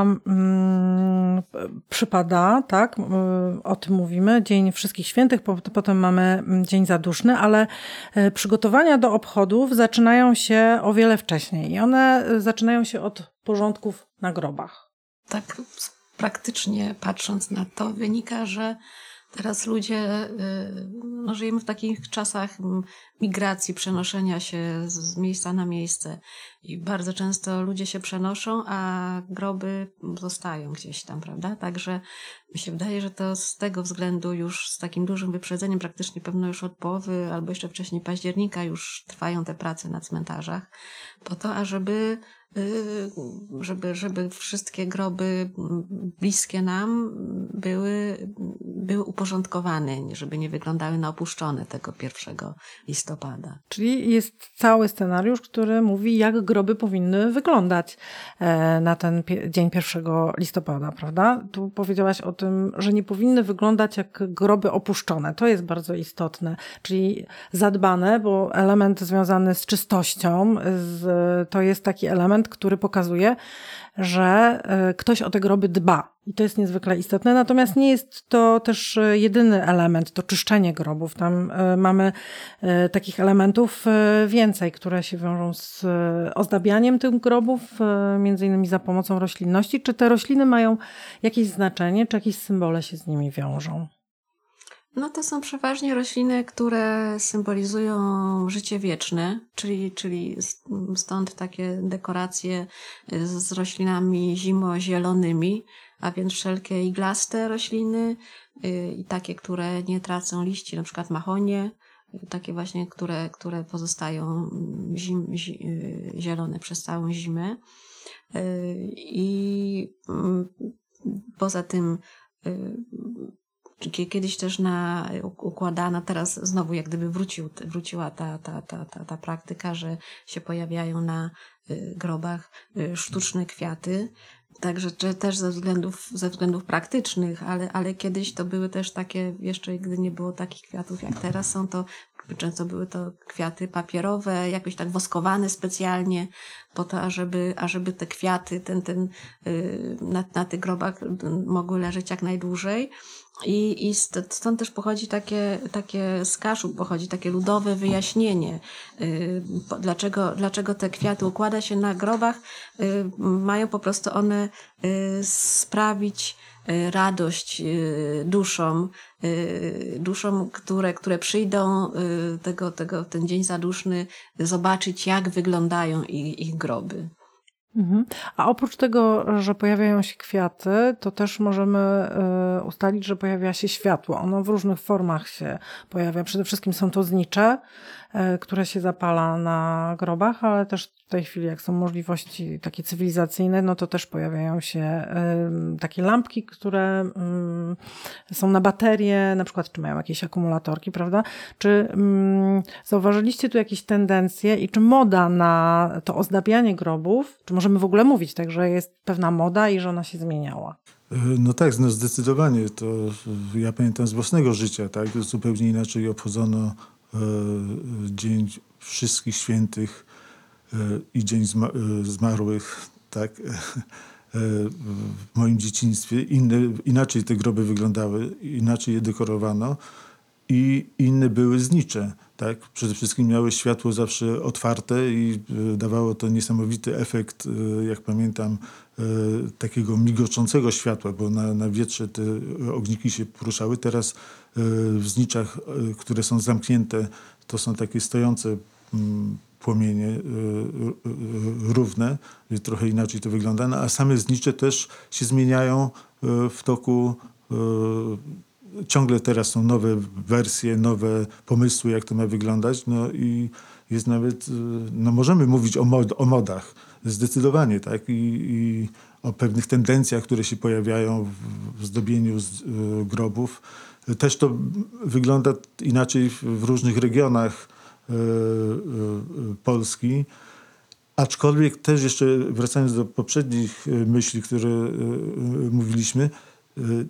hmm, przypada, tak? O tym mówimy. Dzień Wszystkich Świętych, potem mamy Dzień Zaduszny, ale przygotowania do obchodów zaczynają się o wiele wcześniej i one zaczynają się od porządków na grobach. Tak praktycznie patrząc na to wynika, że teraz ludzie, no żyjemy w takich czasach migracji, przenoszenia się z miejsca na miejsce i bardzo często ludzie się przenoszą, a groby zostają gdzieś tam, prawda? Także mi się wydaje, że to z tego względu już z takim dużym wyprzedzeniem, praktycznie pewno już od połowy albo jeszcze wcześniej października już trwają te prace na cmentarzach, po to, ażeby żeby, żeby wszystkie groby bliskie nam były, były uporządkowane, żeby nie wyglądały na opuszczone tego pierwszego listopada. Czyli jest cały scenariusz, który mówi, jak groby powinny wyglądać na ten dzień pierwszego listopada, prawda? Tu powiedziałaś o tym, że nie powinny wyglądać jak groby opuszczone. To jest bardzo istotne, czyli zadbane, bo element związany z czystością, z, to jest taki element, który pokazuje, że ktoś o te groby dba. I to jest niezwykle istotne. Natomiast nie jest to też jedyny element, to czyszczenie grobów. Tam mamy takich elementów więcej, które się wiążą z ozdabianiem tych grobów, między innymi za pomocą roślinności. Czy te rośliny mają jakieś znaczenie, czy jakieś symbole się z nimi wiążą? No to są przeważnie rośliny, które symbolizują życie wieczne, czyli, czyli stąd takie dekoracje z roślinami zimozielonymi, a więc wszelkie iglaste rośliny i takie, które nie tracą liści, na przykład mahonie, takie właśnie, które, które pozostają zim, zi, zielone przez całą zimę. I poza tym kiedyś też na układano, teraz znowu jak gdyby wrócił, wróciła ta, ta, ta, ta, ta praktyka, że się pojawiają na grobach sztuczne kwiaty. Także też ze względów, ze względów praktycznych, ale, ale kiedyś to były też takie, jeszcze gdy nie było takich kwiatów jak teraz są, to często były to kwiaty papierowe, jakoś tak woskowane specjalnie po to, ażeby, ażeby te kwiaty ten, ten, na, na tych grobach mogły leżeć jak najdłużej. I, i stąd też pochodzi takie, takie z Kaszub pochodzi takie ludowe wyjaśnienie, yy, dlaczego, dlaczego te kwiaty układa się na grobach. Yy, mają po prostu one yy, sprawić y, radość y, duszom, y, duszom, które, które przyjdą y, tego, tego, ten dzień zaduszny zobaczyć, jak wyglądają ich, ich groby. Mhm. A oprócz tego, że pojawiają się kwiaty, to też możemy y, ustalić, że pojawia się światło. Ono w różnych formach się pojawia. Przede wszystkim są to znicze, y, które się zapala na grobach, ale też w tej chwili, jak są możliwości takie cywilizacyjne, no to też pojawiają się y, takie lampki, które y, są na baterie, na przykład czy mają jakieś akumulatorki, prawda? Czy y, zauważyliście tu jakieś tendencje i czy moda na to ozdabianie grobów, czy możemy w ogóle mówić tak, że jest pewna moda i że ona się zmieniała? No tak, no zdecydowanie. To ja pamiętam z własnego życia, tak? Zupełnie inaczej obchodzono e, Dzień Wszystkich Świętych e, i Dzień zma Zmarłych, tak? E, w moim dzieciństwie. Inne, inaczej te groby wyglądały, inaczej je dekorowano i inne były znicze. Tak? Przede wszystkim miały światło zawsze otwarte i y, dawało to niesamowity efekt, y, jak pamiętam, y, takiego migoczącego światła, bo na, na wietrze te ogniki się poruszały. Teraz y, w zniczach, y, które są zamknięte, to są takie stojące y, płomienie y, y, y, równe. Y, trochę inaczej to wygląda. No, a same znicze też się zmieniają y, w toku y, ciągle teraz są nowe wersje, nowe pomysły, jak to ma wyglądać. No i jest nawet, no możemy mówić o, mod, o modach, zdecydowanie, tak? I, i o pewnych tendencjach, które się pojawiają w, w zdobieniu z, y, grobów. Też to wygląda inaczej w, w różnych regionach y, y, y, Polski. Aczkolwiek też jeszcze wracając do poprzednich myśli, które y, y, mówiliśmy, y,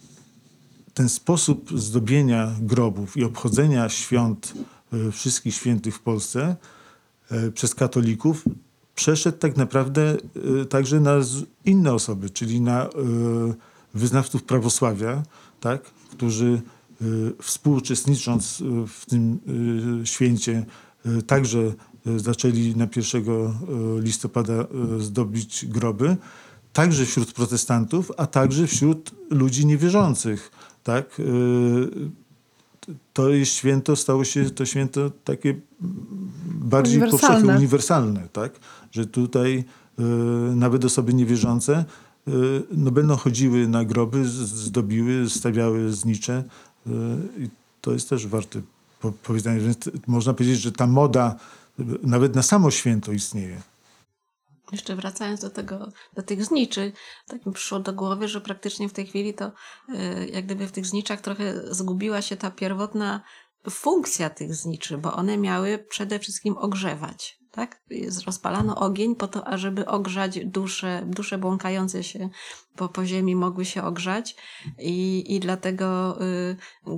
ten sposób zdobienia grobów i obchodzenia świąt y, Wszystkich Świętych w Polsce y, przez katolików przeszedł tak naprawdę y, także na z, inne osoby, czyli na y, wyznawców prawosławia, tak, którzy y, współuczestnicząc w tym y, święcie y, także y, zaczęli na pierwszego listopada y, zdobić groby, także wśród protestantów, a także wśród ludzi niewierzących. Tak? To jest święto, stało się to święto takie bardziej uniwersalne. powszechne, uniwersalne. Tak? Że tutaj y, nawet osoby niewierzące y, no będą chodziły na groby, zdobiły, stawiały znicze. Y, I to jest też warte po, powiedzenia. Więc można powiedzieć, że ta moda y, nawet na samo święto istnieje. Jeszcze wracając do tego, do tych zniczy, tak mi przyszło do głowy, że praktycznie w tej chwili to y, jak gdyby w tych zniczach trochę zgubiła się ta pierwotna funkcja tych zniczy, bo one miały przede wszystkim ogrzewać. Tak? Rozpalano ogień po to, ażeby ogrzać dusze, dusze błąkające się po, po ziemi mogły się ogrzać i, i dlatego y,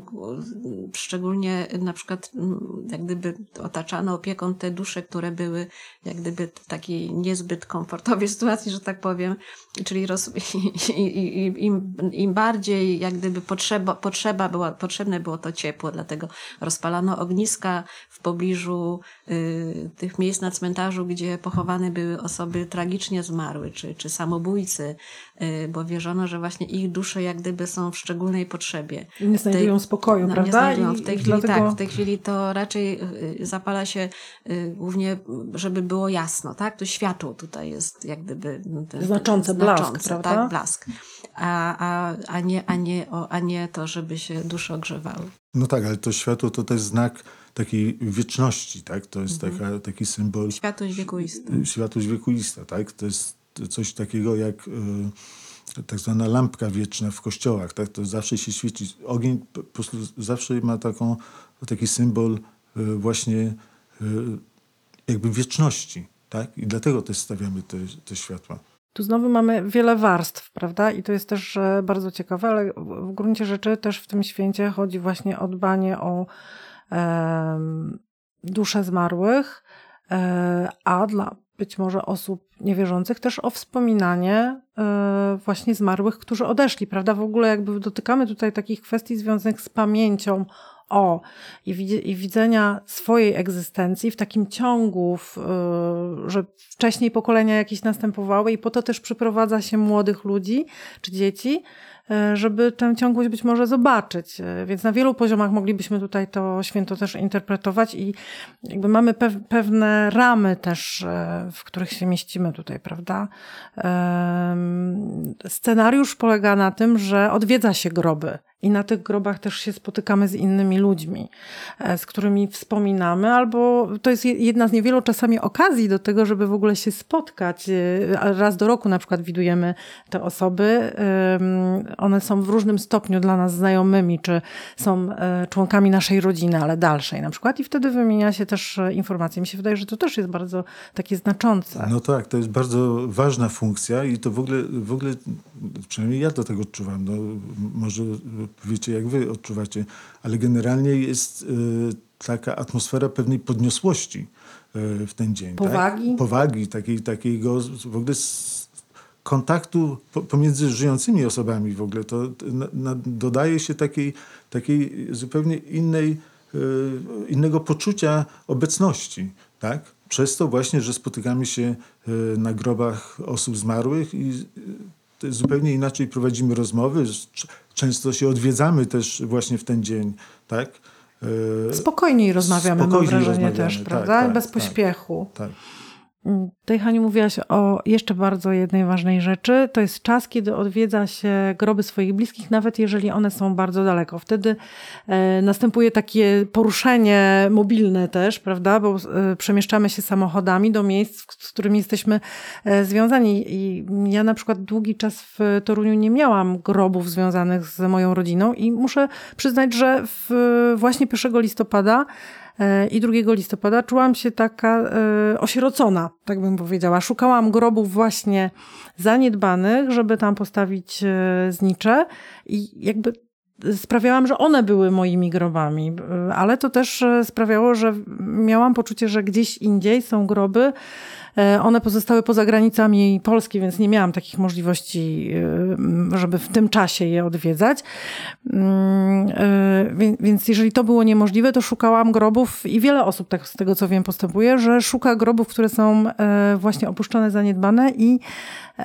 szczególnie na przykład jak gdyby otaczano opieką te dusze, które były jak gdyby w takiej niezbyt komfortowej sytuacji, że tak powiem, czyli roz, i, i, i, im, im bardziej jak gdyby potrzeba, potrzeba była, potrzebne było to ciepło, dlatego rozpalano ogniska w pobliżu y, tych miejsc na cmentarzu, gdzie pochowane były osoby tragicznie zmarłe, czy, czy samobójcy, y, bo wierzono, że właśnie ich dusze jak gdyby są w szczególnej potrzebie. Nie znajdują tej, spokoju, no, prawda? Nie znajdują. W tej I, chwili dlatego... tak, w tej chwili to raczej y, zapala się y, głównie, żeby było jasno, tak? To światło tutaj jest jak gdyby ten, znaczące, ten, blask, znaczące, prawda? Tak, blask. A, a, a, nie, a, nie, o, a nie to, żeby się dusze ogrzewały. No tak, ale to światło to też znak takiej wieczności, tak? To jest Mhm. taka, taki symbol... Światłość wiekuista. Światłość wiekuista, tak? To jest coś takiego jak y, tak zwana lampka wieczna w kościołach, tak? To zawsze się świeci. Ogień po prostu zawsze ma taką, taki symbol y, właśnie y, jakby wieczności, tak? I dlatego też stawiamy te, te światła. Tu znowu mamy wiele warstw, prawda? I to jest też e, bardzo ciekawe, ale w gruncie rzeczy też w tym święcie chodzi właśnie o dbanie o e, dusze zmarłych, e, a dla być może osób niewierzących też o wspominanie e, właśnie zmarłych, którzy odeszli, prawda? W ogóle jakby dotykamy tutaj takich kwestii związanych z pamięcią o i, widz- i widzenia swojej egzystencji w takim ciągu, w, y, że wcześniej pokolenia jakieś następowały i po to też przyprowadza się młodych ludzi czy dzieci, żeby tę ciągłość być może zobaczyć. Więc na wielu poziomach moglibyśmy tutaj to święto też interpretować i jakby mamy pew- pewne ramy też, w których się mieścimy tutaj, prawda? Scenariusz polega na tym, że odwiedza się groby i na tych grobach też się spotykamy z innymi ludźmi, z którymi wspominamy, albo to jest jedna z niewielu czasami okazji do tego, żeby w ogóle się spotkać. Raz do roku na przykład widujemy te osoby. One są w różnym stopniu dla nas znajomymi, czy są członkami naszej rodziny, ale dalszej na przykład i wtedy wymienia się też informacje. Mi się wydaje, że to też jest bardzo takie znaczące. No tak, to jest bardzo ważna funkcja i to w ogóle, w ogóle przynajmniej ja do tego odczuwam. No, może wiecie, jak wy odczuwacie, ale generalnie jest y, taka atmosfera pewnej podniosłości y, w ten dzień. Powagi. Tak? Powagi, takiej, takiego w ogóle s- kontaktu po, pomiędzy żyjącymi osobami w ogóle. To na, na, dodaje się takiej, takiej zupełnie innej, y, innego poczucia obecności, tak? Przez to właśnie, że spotykamy się y, na grobach osób zmarłych i y, zupełnie inaczej prowadzimy rozmowy. Często się odwiedzamy też właśnie w ten dzień, tak? Spokojniej rozmawiamy, mam wrażenie rozmawiamy, też, tak, prawda? tak, Bez tak, pośpiechu. Tak. Tutaj, Haniu, mówiłaś o jeszcze bardzo jednej ważnej rzeczy. To jest czas, kiedy odwiedza się groby swoich bliskich, nawet jeżeli one są bardzo daleko. Wtedy e, następuje takie poruszenie mobilne też, prawda? Bo e, przemieszczamy się samochodami do miejsc, z którymi jesteśmy e, związani. I ja na przykład długi czas w Toruniu nie miałam grobów związanych z moją rodziną i muszę przyznać, że w, właśnie pierwszego listopada i drugiego listopada czułam się taka y, osierocona, tak bym powiedziała. Szukałam grobów właśnie zaniedbanych, żeby tam postawić y, znicze i jakby sprawiałam, że one były moimi grobami, y, ale to też y, sprawiało, że miałam poczucie, że gdzieś indziej są groby. Y, one pozostały poza granicami Polski, więc nie miałam takich możliwości, y, żeby w tym czasie je odwiedzać. Y, y, więc jeżeli to było niemożliwe, to szukałam grobów i wiele osób, tak z tego co wiem, postępuje, że szuka grobów, które są y, właśnie opuszczone, zaniedbane i y,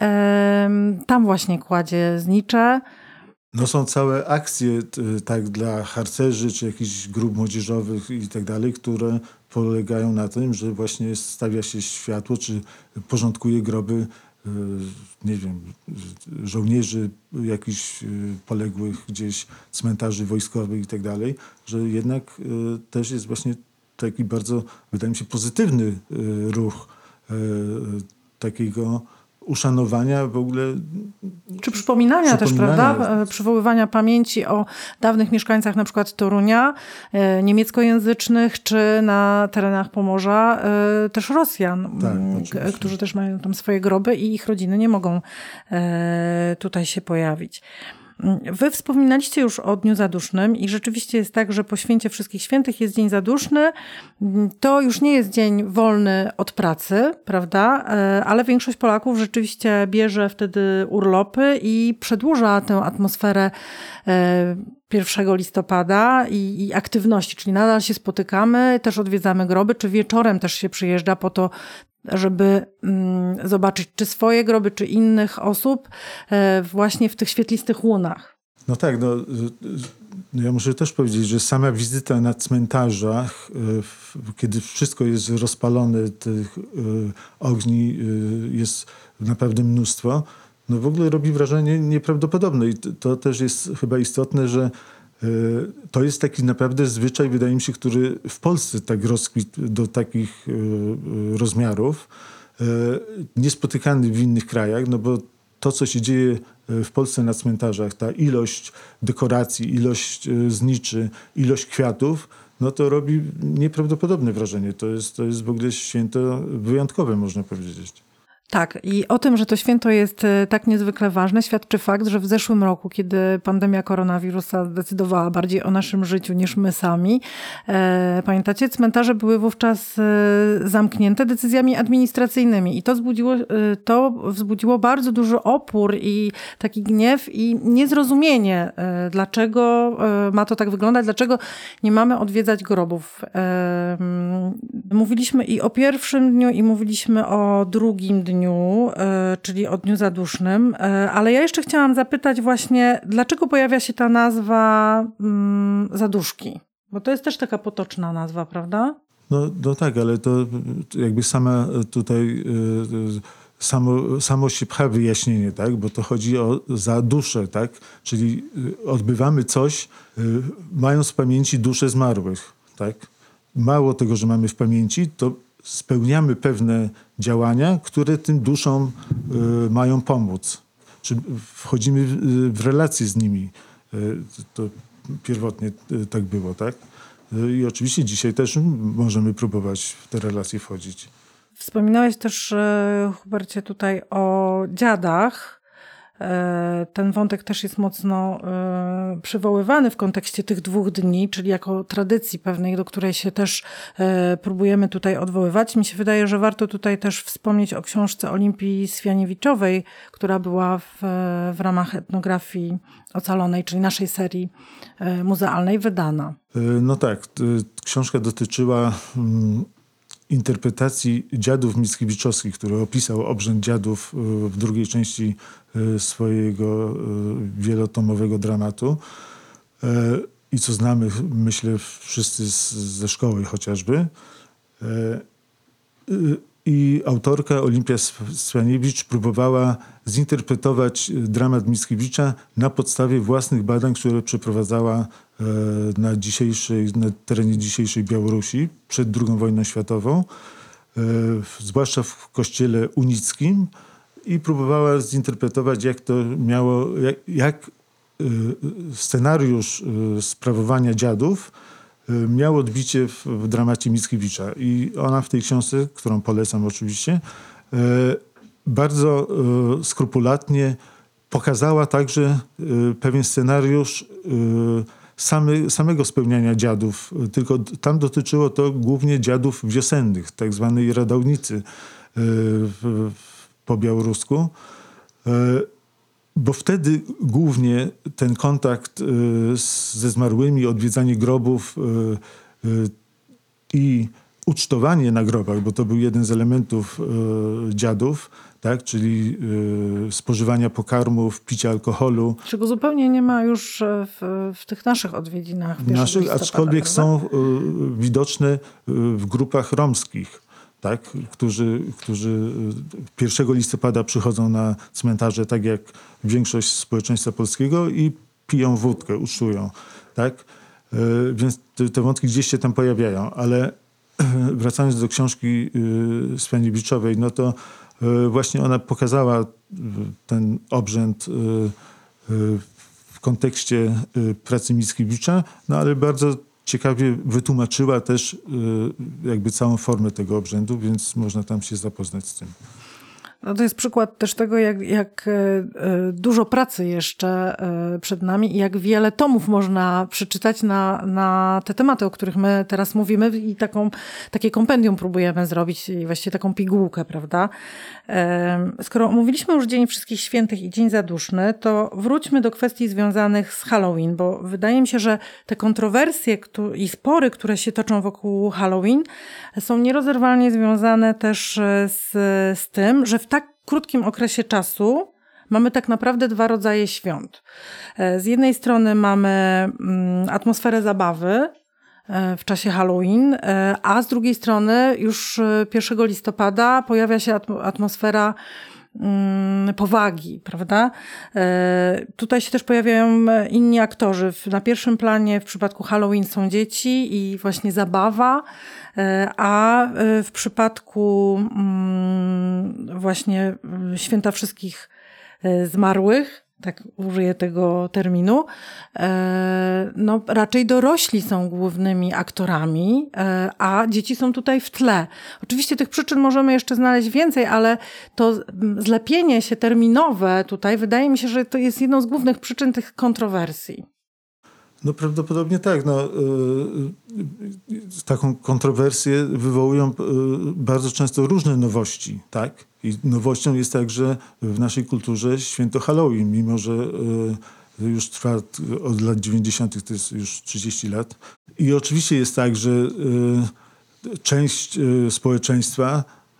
tam właśnie kładzie znicze. No są całe akcje t, tak dla harcerzy, czy jakichś grup młodzieżowych i tak dalej, które polegają na tym, że właśnie stawia się światło, czy porządkuje groby, y, nie wiem, żołnierzy jakichś y, poległych gdzieś, cmentarzy wojskowych i tak dalej, że jednak y, też jest właśnie taki bardzo, wydaje mi się, pozytywny y, ruch y, takiego uszanowania w ogóle. Czy przypominania, też, prawda? Przywoływania pamięci o dawnych mieszkańcach na przykład Torunia, e, niemieckojęzycznych, czy na terenach Pomorza e, też Rosjan, Tak, k- którzy też mają tam swoje groby i ich rodziny nie mogą e, tutaj się pojawić. Wy wspominaliście już o Dniu Zadusznym i rzeczywiście jest tak, że po Święcie Wszystkich Świętych jest Dzień Zaduszny. To już nie jest dzień wolny od pracy, prawda? Ale większość Polaków rzeczywiście bierze wtedy urlopy i przedłuża tę atmosferę pierwszego listopada i, i aktywności, czyli nadal się spotykamy, też odwiedzamy groby, czy wieczorem też się przyjeżdża po to, żeby mm, zobaczyć czy swoje groby, czy innych osób e, właśnie w tych świetlistych łunach. No tak, no, no ja muszę też powiedzieć, że sama wizyta na cmentarzach, y, kiedy wszystko jest rozpalone, tych y, ogni y, jest naprawdę mnóstwo, no w ogóle robi wrażenie nieprawdopodobne i to, to też jest chyba istotne, że to jest taki naprawdę zwyczaj, wydaje mi się, który w Polsce tak rozkwitł do takich rozmiarów, niespotykany w innych krajach, no bo to, co się dzieje w Polsce na cmentarzach, ta ilość dekoracji, ilość zniczy, ilość kwiatów, no to robi nieprawdopodobne wrażenie. To jest, to jest w ogóle święto wyjątkowe, można powiedzieć. Tak, i o tym, że to święto jest tak niezwykle ważne, świadczy fakt, że w zeszłym roku, kiedy pandemia koronawirusa zdecydowała bardziej o naszym życiu niż my sami, e, pamiętacie, cmentarze były wówczas e, zamknięte decyzjami administracyjnymi i to wzbudziło, e, to wzbudziło bardzo duży opór i taki gniew i niezrozumienie, e, dlaczego e, ma to tak wyglądać, dlaczego nie mamy odwiedzać grobów. E, mówiliśmy i o pierwszym dniu, i mówiliśmy o drugim dniu dniu, e, czyli o Dniu Zadusznym, e, ale ja jeszcze chciałam zapytać właśnie, dlaczego pojawia się ta nazwa mm, zaduszki? Bo to jest też taka potoczna nazwa, prawda? No, no tak, ale to jakby sama tutaj y, samo, samo się pcha wyjaśnienie, tak? Bo to chodzi o za duszę, tak? Czyli y, odbywamy coś, y, mając w pamięci dusze zmarłych, tak? Mało tego, że mamy w pamięci, to spełniamy pewne działania, które tym duszom y, mają pomóc. Czy wchodzimy w, w relacje z nimi. Y, to pierwotnie y, tak było, tak? I oczywiście dzisiaj też możemy próbować w te relacje wchodzić. Wspominałeś też, Hubercie, tutaj o dziadach. Ten wątek też jest mocno przywoływany w kontekście tych dwóch dni, czyli jako tradycji pewnej, do której się też próbujemy tutaj odwoływać. Mi się wydaje, że warto tutaj też wspomnieć o książce Olimpii Swianiewiczowej, która była w, w ramach etnografii ocalonej, czyli naszej serii muzealnej, wydana. No tak, książka dotyczyła interpretacji dziadów mickiewiczowskich, który opisał obrzęd dziadów w drugiej części swojego wielotomowego dramatu. I co znamy, myślę, wszyscy z, ze szkoły chociażby. I autorka Olimpia Swianiewicz próbowała zinterpretować dramat Mickiewicza na podstawie własnych badań, które przeprowadzała na, dzisiejszej, na terenie dzisiejszej Białorusi przed drugą wojną światową, zwłaszcza w kościele unickim, i próbowała zinterpretować, jak to miało, jak, jak scenariusz sprawowania dziadów miał odbicie w, w dramacie Mickiewicza. I ona w tej książce, którą polecam oczywiście, bardzo skrupulatnie pokazała także pewien scenariusz samy, samego spełniania dziadów. Tylko tam dotyczyło to głównie dziadów wiosennych, tak zwanej radownicy w, po białorusku. Bo wtedy głównie ten kontakt y, z, ze zmarłymi, odwiedzanie grobów y, y, i ucztowanie na grobach, bo to był jeden z elementów y, dziadów, tak? Czyli y, spożywania pokarmów, picia alkoholu. Czego zupełnie nie ma już w, w tych naszych odwiedzinach. W naszych, aczkolwiek są y, widoczne y, w grupach romskich. Tak, którzy, którzy pierwszego listopada przychodzą na cmentarze, tak jak większość społeczeństwa polskiego, i piją wódkę, uczują. Tak? Więc te, te wątki gdzieś się tam pojawiają. Ale wracając do książki Swianiewiczowej, no to właśnie ona pokazała ten obrzęd w kontekście pracy Mickiewicza, no ale bardzo ciekawie wytłumaczyła też jakby całą formę tego obrzędu, więc można tam się zapoznać z tym. No to jest przykład też tego, jak, jak dużo pracy jeszcze przed nami i jak wiele tomów można przeczytać na, na te tematy, o których my teraz mówimy, i taką, takie kompendium próbujemy zrobić, i właściwie taką pigułkę, prawda? Skoro omówiliśmy już Dzień Wszystkich Świętych i Dzień Zaduszny, to wróćmy do kwestii związanych z Halloween, bo wydaje mi się, że te kontrowersje i spory, które się toczą wokół Halloween, są nierozerwalnie związane też z, z tym, że w tak krótkim okresie czasu mamy tak naprawdę dwa rodzaje świąt. Z jednej strony mamy atmosferę zabawy w czasie Halloween, a z drugiej strony już pierwszego listopada pojawia się atmosfera powagi, prawda? Tutaj się też pojawiają inni aktorzy. Na pierwszym planie w przypadku Halloween są dzieci i właśnie zabawa, a w przypadku właśnie Święta Wszystkich Zmarłych, tak użyję tego terminu, no raczej dorośli są głównymi aktorami, a dzieci są tutaj w tle. Oczywiście tych przyczyn możemy jeszcze znaleźć więcej, ale to zlepienie się terminowe tutaj, wydaje mi się, że to jest jedną z głównych przyczyn tych kontrowersji. No prawdopodobnie tak. No, yy, taką kontrowersję wywołują yy, bardzo często różne nowości, tak? I nowością jest także w naszej kulturze święto Halloween, mimo że yy, już trwa od lat dziewięćdziesiątych, to jest już trzydzieści lat. I oczywiście jest tak, że yy, część yy, społeczeństwa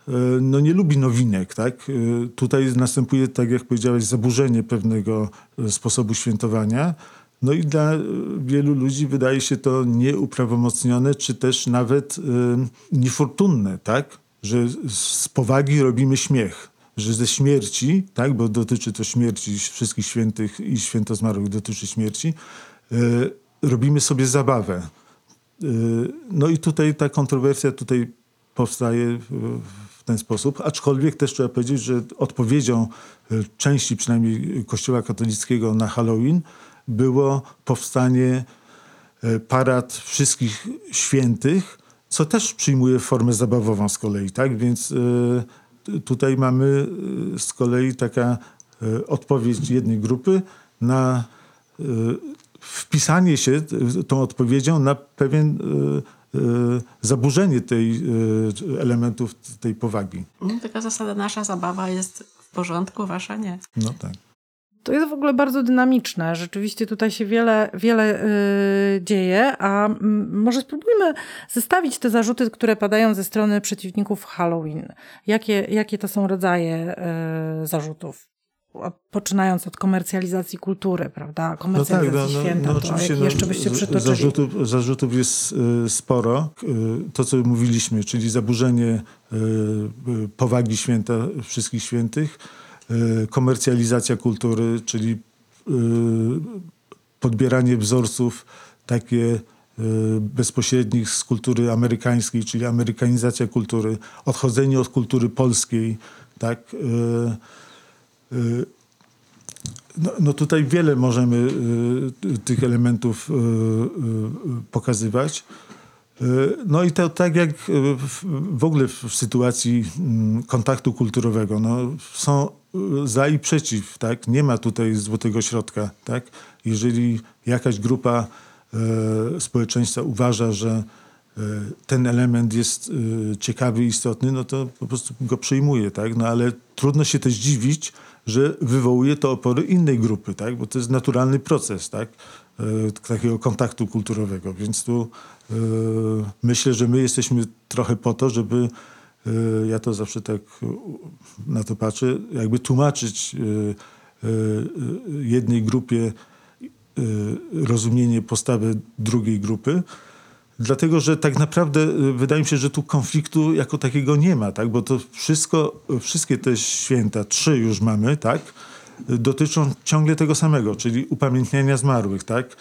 no nie lubi nowinek, tak? Tutaj następuje, tak jak powiedziałeś, zaburzenie pewnego sposobu świętowania. No i dla wielu ludzi wydaje się to nieuprawomocnione, czy też nawet niefortunne, tak? Że z powagi robimy śmiech, że ze śmierci, tak? Bo dotyczy to śmierci wszystkich świętych i święto zmarłych dotyczy śmierci, robimy sobie zabawę. No i tutaj ta kontrowersja tutaj powstaje w ten sposób, aczkolwiek też trzeba powiedzieć, że odpowiedzią części przynajmniej Kościoła katolickiego na Halloween było powstanie parad wszystkich świętych, co też przyjmuje formę zabawową z kolei, tak? Więc tutaj mamy z kolei taka odpowiedź jednej grupy na wpisanie się tą odpowiedzią na pewien zaburzenie tej elementów tej powagi. Tylko zasada, nasza zabawa jest w porządku, wasza nie. No tak. To jest w ogóle bardzo dynamiczne. Rzeczywiście tutaj się wiele, wiele yy, dzieje, a m, może spróbujmy zestawić te zarzuty, które padają ze strony przeciwników Halloween. Jakie, jakie to są rodzaje yy, zarzutów? Poczynając od komercjalizacji kultury, prawda? Komercjalizacji no tak, no, święta. no, to oczywiście, jak jeszcze byście przytoczyli? Zarzutów, zarzutów jest y, sporo. Y, to, co mówiliśmy, czyli zaburzenie y, y, powagi święta wszystkich świętych, y, komercjalizacja kultury, czyli y, podbieranie wzorców takie y, bezpośrednich z kultury amerykańskiej, czyli amerykanizacja kultury, odchodzenie od kultury polskiej, tak? Y, No, no tutaj wiele możemy y, tych elementów y, y, pokazywać. Y, no i to tak jak w, w ogóle w sytuacji y, kontaktu kulturowego, no, są za i przeciw, tak? Nie ma tutaj złotego środka, tak? Jeżeli jakaś grupa y, społeczeństwa uważa, że y, ten element jest y, ciekawy i istotny, no to po prostu go przyjmuje, tak? No ale trudno się też dziwić, że wywołuje to opory innej grupy, tak? Bo to jest naturalny proces, tak? E, takiego kontaktu kulturowego. Więc tu e, myślę, że my jesteśmy trochę po to, żeby, e, ja to zawsze tak na to patrzę, jakby tłumaczyć e, e, jednej grupie e, rozumienie postawy drugiej grupy. Dlatego, że tak naprawdę wydaje mi się, że tu konfliktu jako takiego nie ma, tak? Bo to wszystko, wszystkie te święta, trzy już mamy, tak? Dotyczą ciągle tego samego, czyli upamiętniania zmarłych, tak?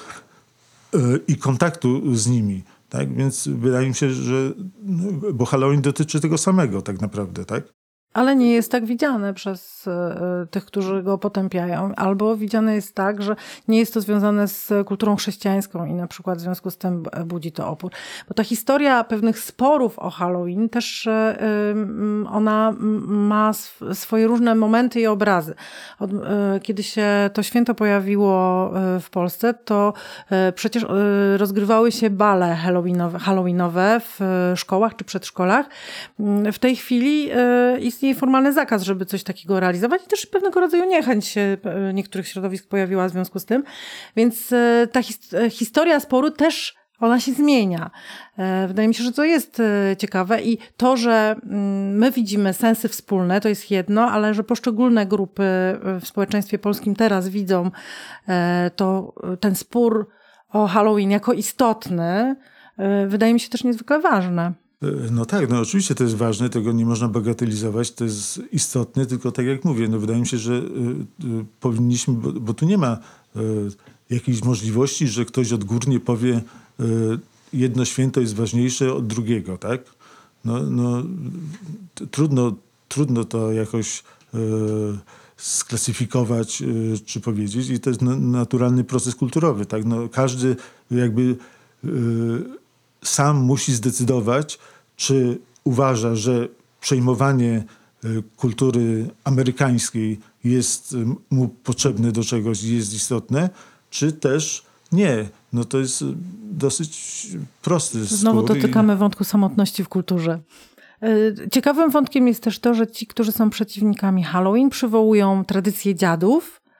I kontaktu z nimi, tak? Więc wydaje mi się, że bo Halloween dotyczy tego samego tak naprawdę, tak? Ale nie jest tak widziane przez y, tych, którzy go potępiają. Albo widziane jest tak, że nie jest to związane z kulturą chrześcijańską i na przykład w związku z tym budzi to opór. Bo ta historia pewnych sporów o Halloween też y, y, ona ma sw- swoje różne momenty i obrazy. Od, y, kiedy się to święto pojawiło y, w Polsce, to y, przecież y, rozgrywały się bale halloweenowe, halloweenowe w y, szkołach czy przedszkolach. Y, w tej chwili y, istnieje formalny zakaz, żeby coś takiego realizować i też pewnego rodzaju niechęć się niektórych środowisk pojawiła w związku z tym. Więc ta his- historia sporu też ona się zmienia. Wydaje mi się, że to jest ciekawe i to, że my widzimy sensy wspólne, to jest jedno, ale że poszczególne grupy w społeczeństwie polskim teraz widzą to, ten spór o Halloween jako istotny, wydaje mi się też niezwykle ważne. No tak, no oczywiście to jest ważne, tego nie można bagatelizować, to jest istotne, tylko tak jak mówię, no wydaje mi się, że y, y, powinniśmy, bo, bo tu nie ma y, jakiejś możliwości, że ktoś odgórnie powie, y, jedno święto jest ważniejsze od drugiego, tak? No, no t- trudno, trudno to jakoś y, sklasyfikować y, czy powiedzieć i to jest na, naturalny proces kulturowy, tak? No każdy jakby y, sam musi zdecydować, czy uważa, że przejmowanie kultury amerykańskiej jest mu potrzebne do czegoś i jest istotne, czy też nie. No to jest dosyć prosty spór. Znowu dotykamy i... wątku samotności w kulturze. Ciekawym wątkiem jest też to, że ci, którzy są przeciwnikami Halloween, przywołują tradycje dziadów,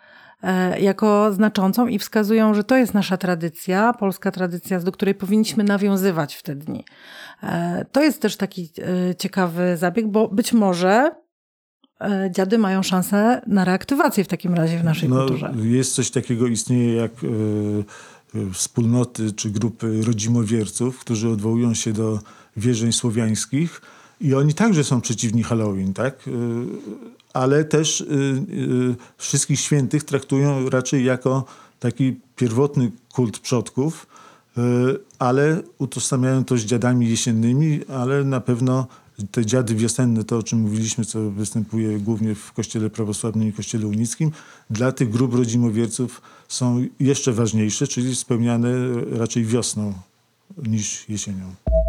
e, jako znaczącą i wskazują, że to jest nasza tradycja, polska tradycja, do której powinniśmy nawiązywać w te dni. E, to jest też taki e, ciekawy zabieg, bo być może e, dziady mają szansę na reaktywację w takim razie w naszej no, kulturze. Jest coś takiego, istnieje jak e, e, wspólnoty czy grupy rodzimowierców, którzy odwołują się do wierzeń słowiańskich i oni także są przeciwni Halloween, tak? E, ale też e, e, wszystkich świętych traktują raczej jako taki pierwotny kult przodków, e, ale utożsamiają to z dziadami jesiennymi, ale na pewno te dziady wiosenne, to o czym mówiliśmy, co występuje głównie w kościele prawosławnym i kościele unickim, dla tych grup rodzimowierców są jeszcze ważniejsze, czyli spełniane raczej wiosną niż jesienią.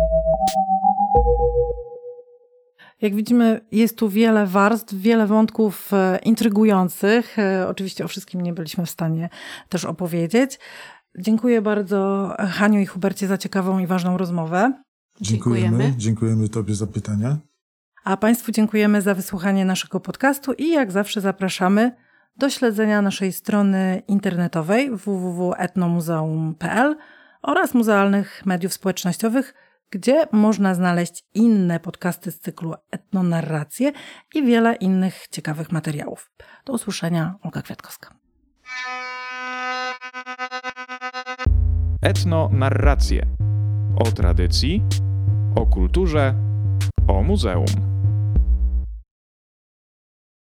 Jak widzimy, jest tu wiele warstw, wiele wątków e, intrygujących. E, oczywiście o wszystkim nie byliśmy w stanie też opowiedzieć. Dziękuję bardzo Haniu i Hubercie za ciekawą i ważną rozmowę. Dziękujemy. Dziękujemy. Dziękujemy Tobie za pytania. A Państwu dziękujemy za wysłuchanie naszego podcastu i jak zawsze zapraszamy do śledzenia naszej strony internetowej w w w kropka etnomuzeum kropka p l oraz muzealnych mediów społecznościowych, gdzie można znaleźć inne podcasty z cyklu Etnonarracje i wiele innych ciekawych materiałów. Do usłyszenia, Olga Kwiatkowska. Etnonarracje. O tradycji, o kulturze, o muzeum.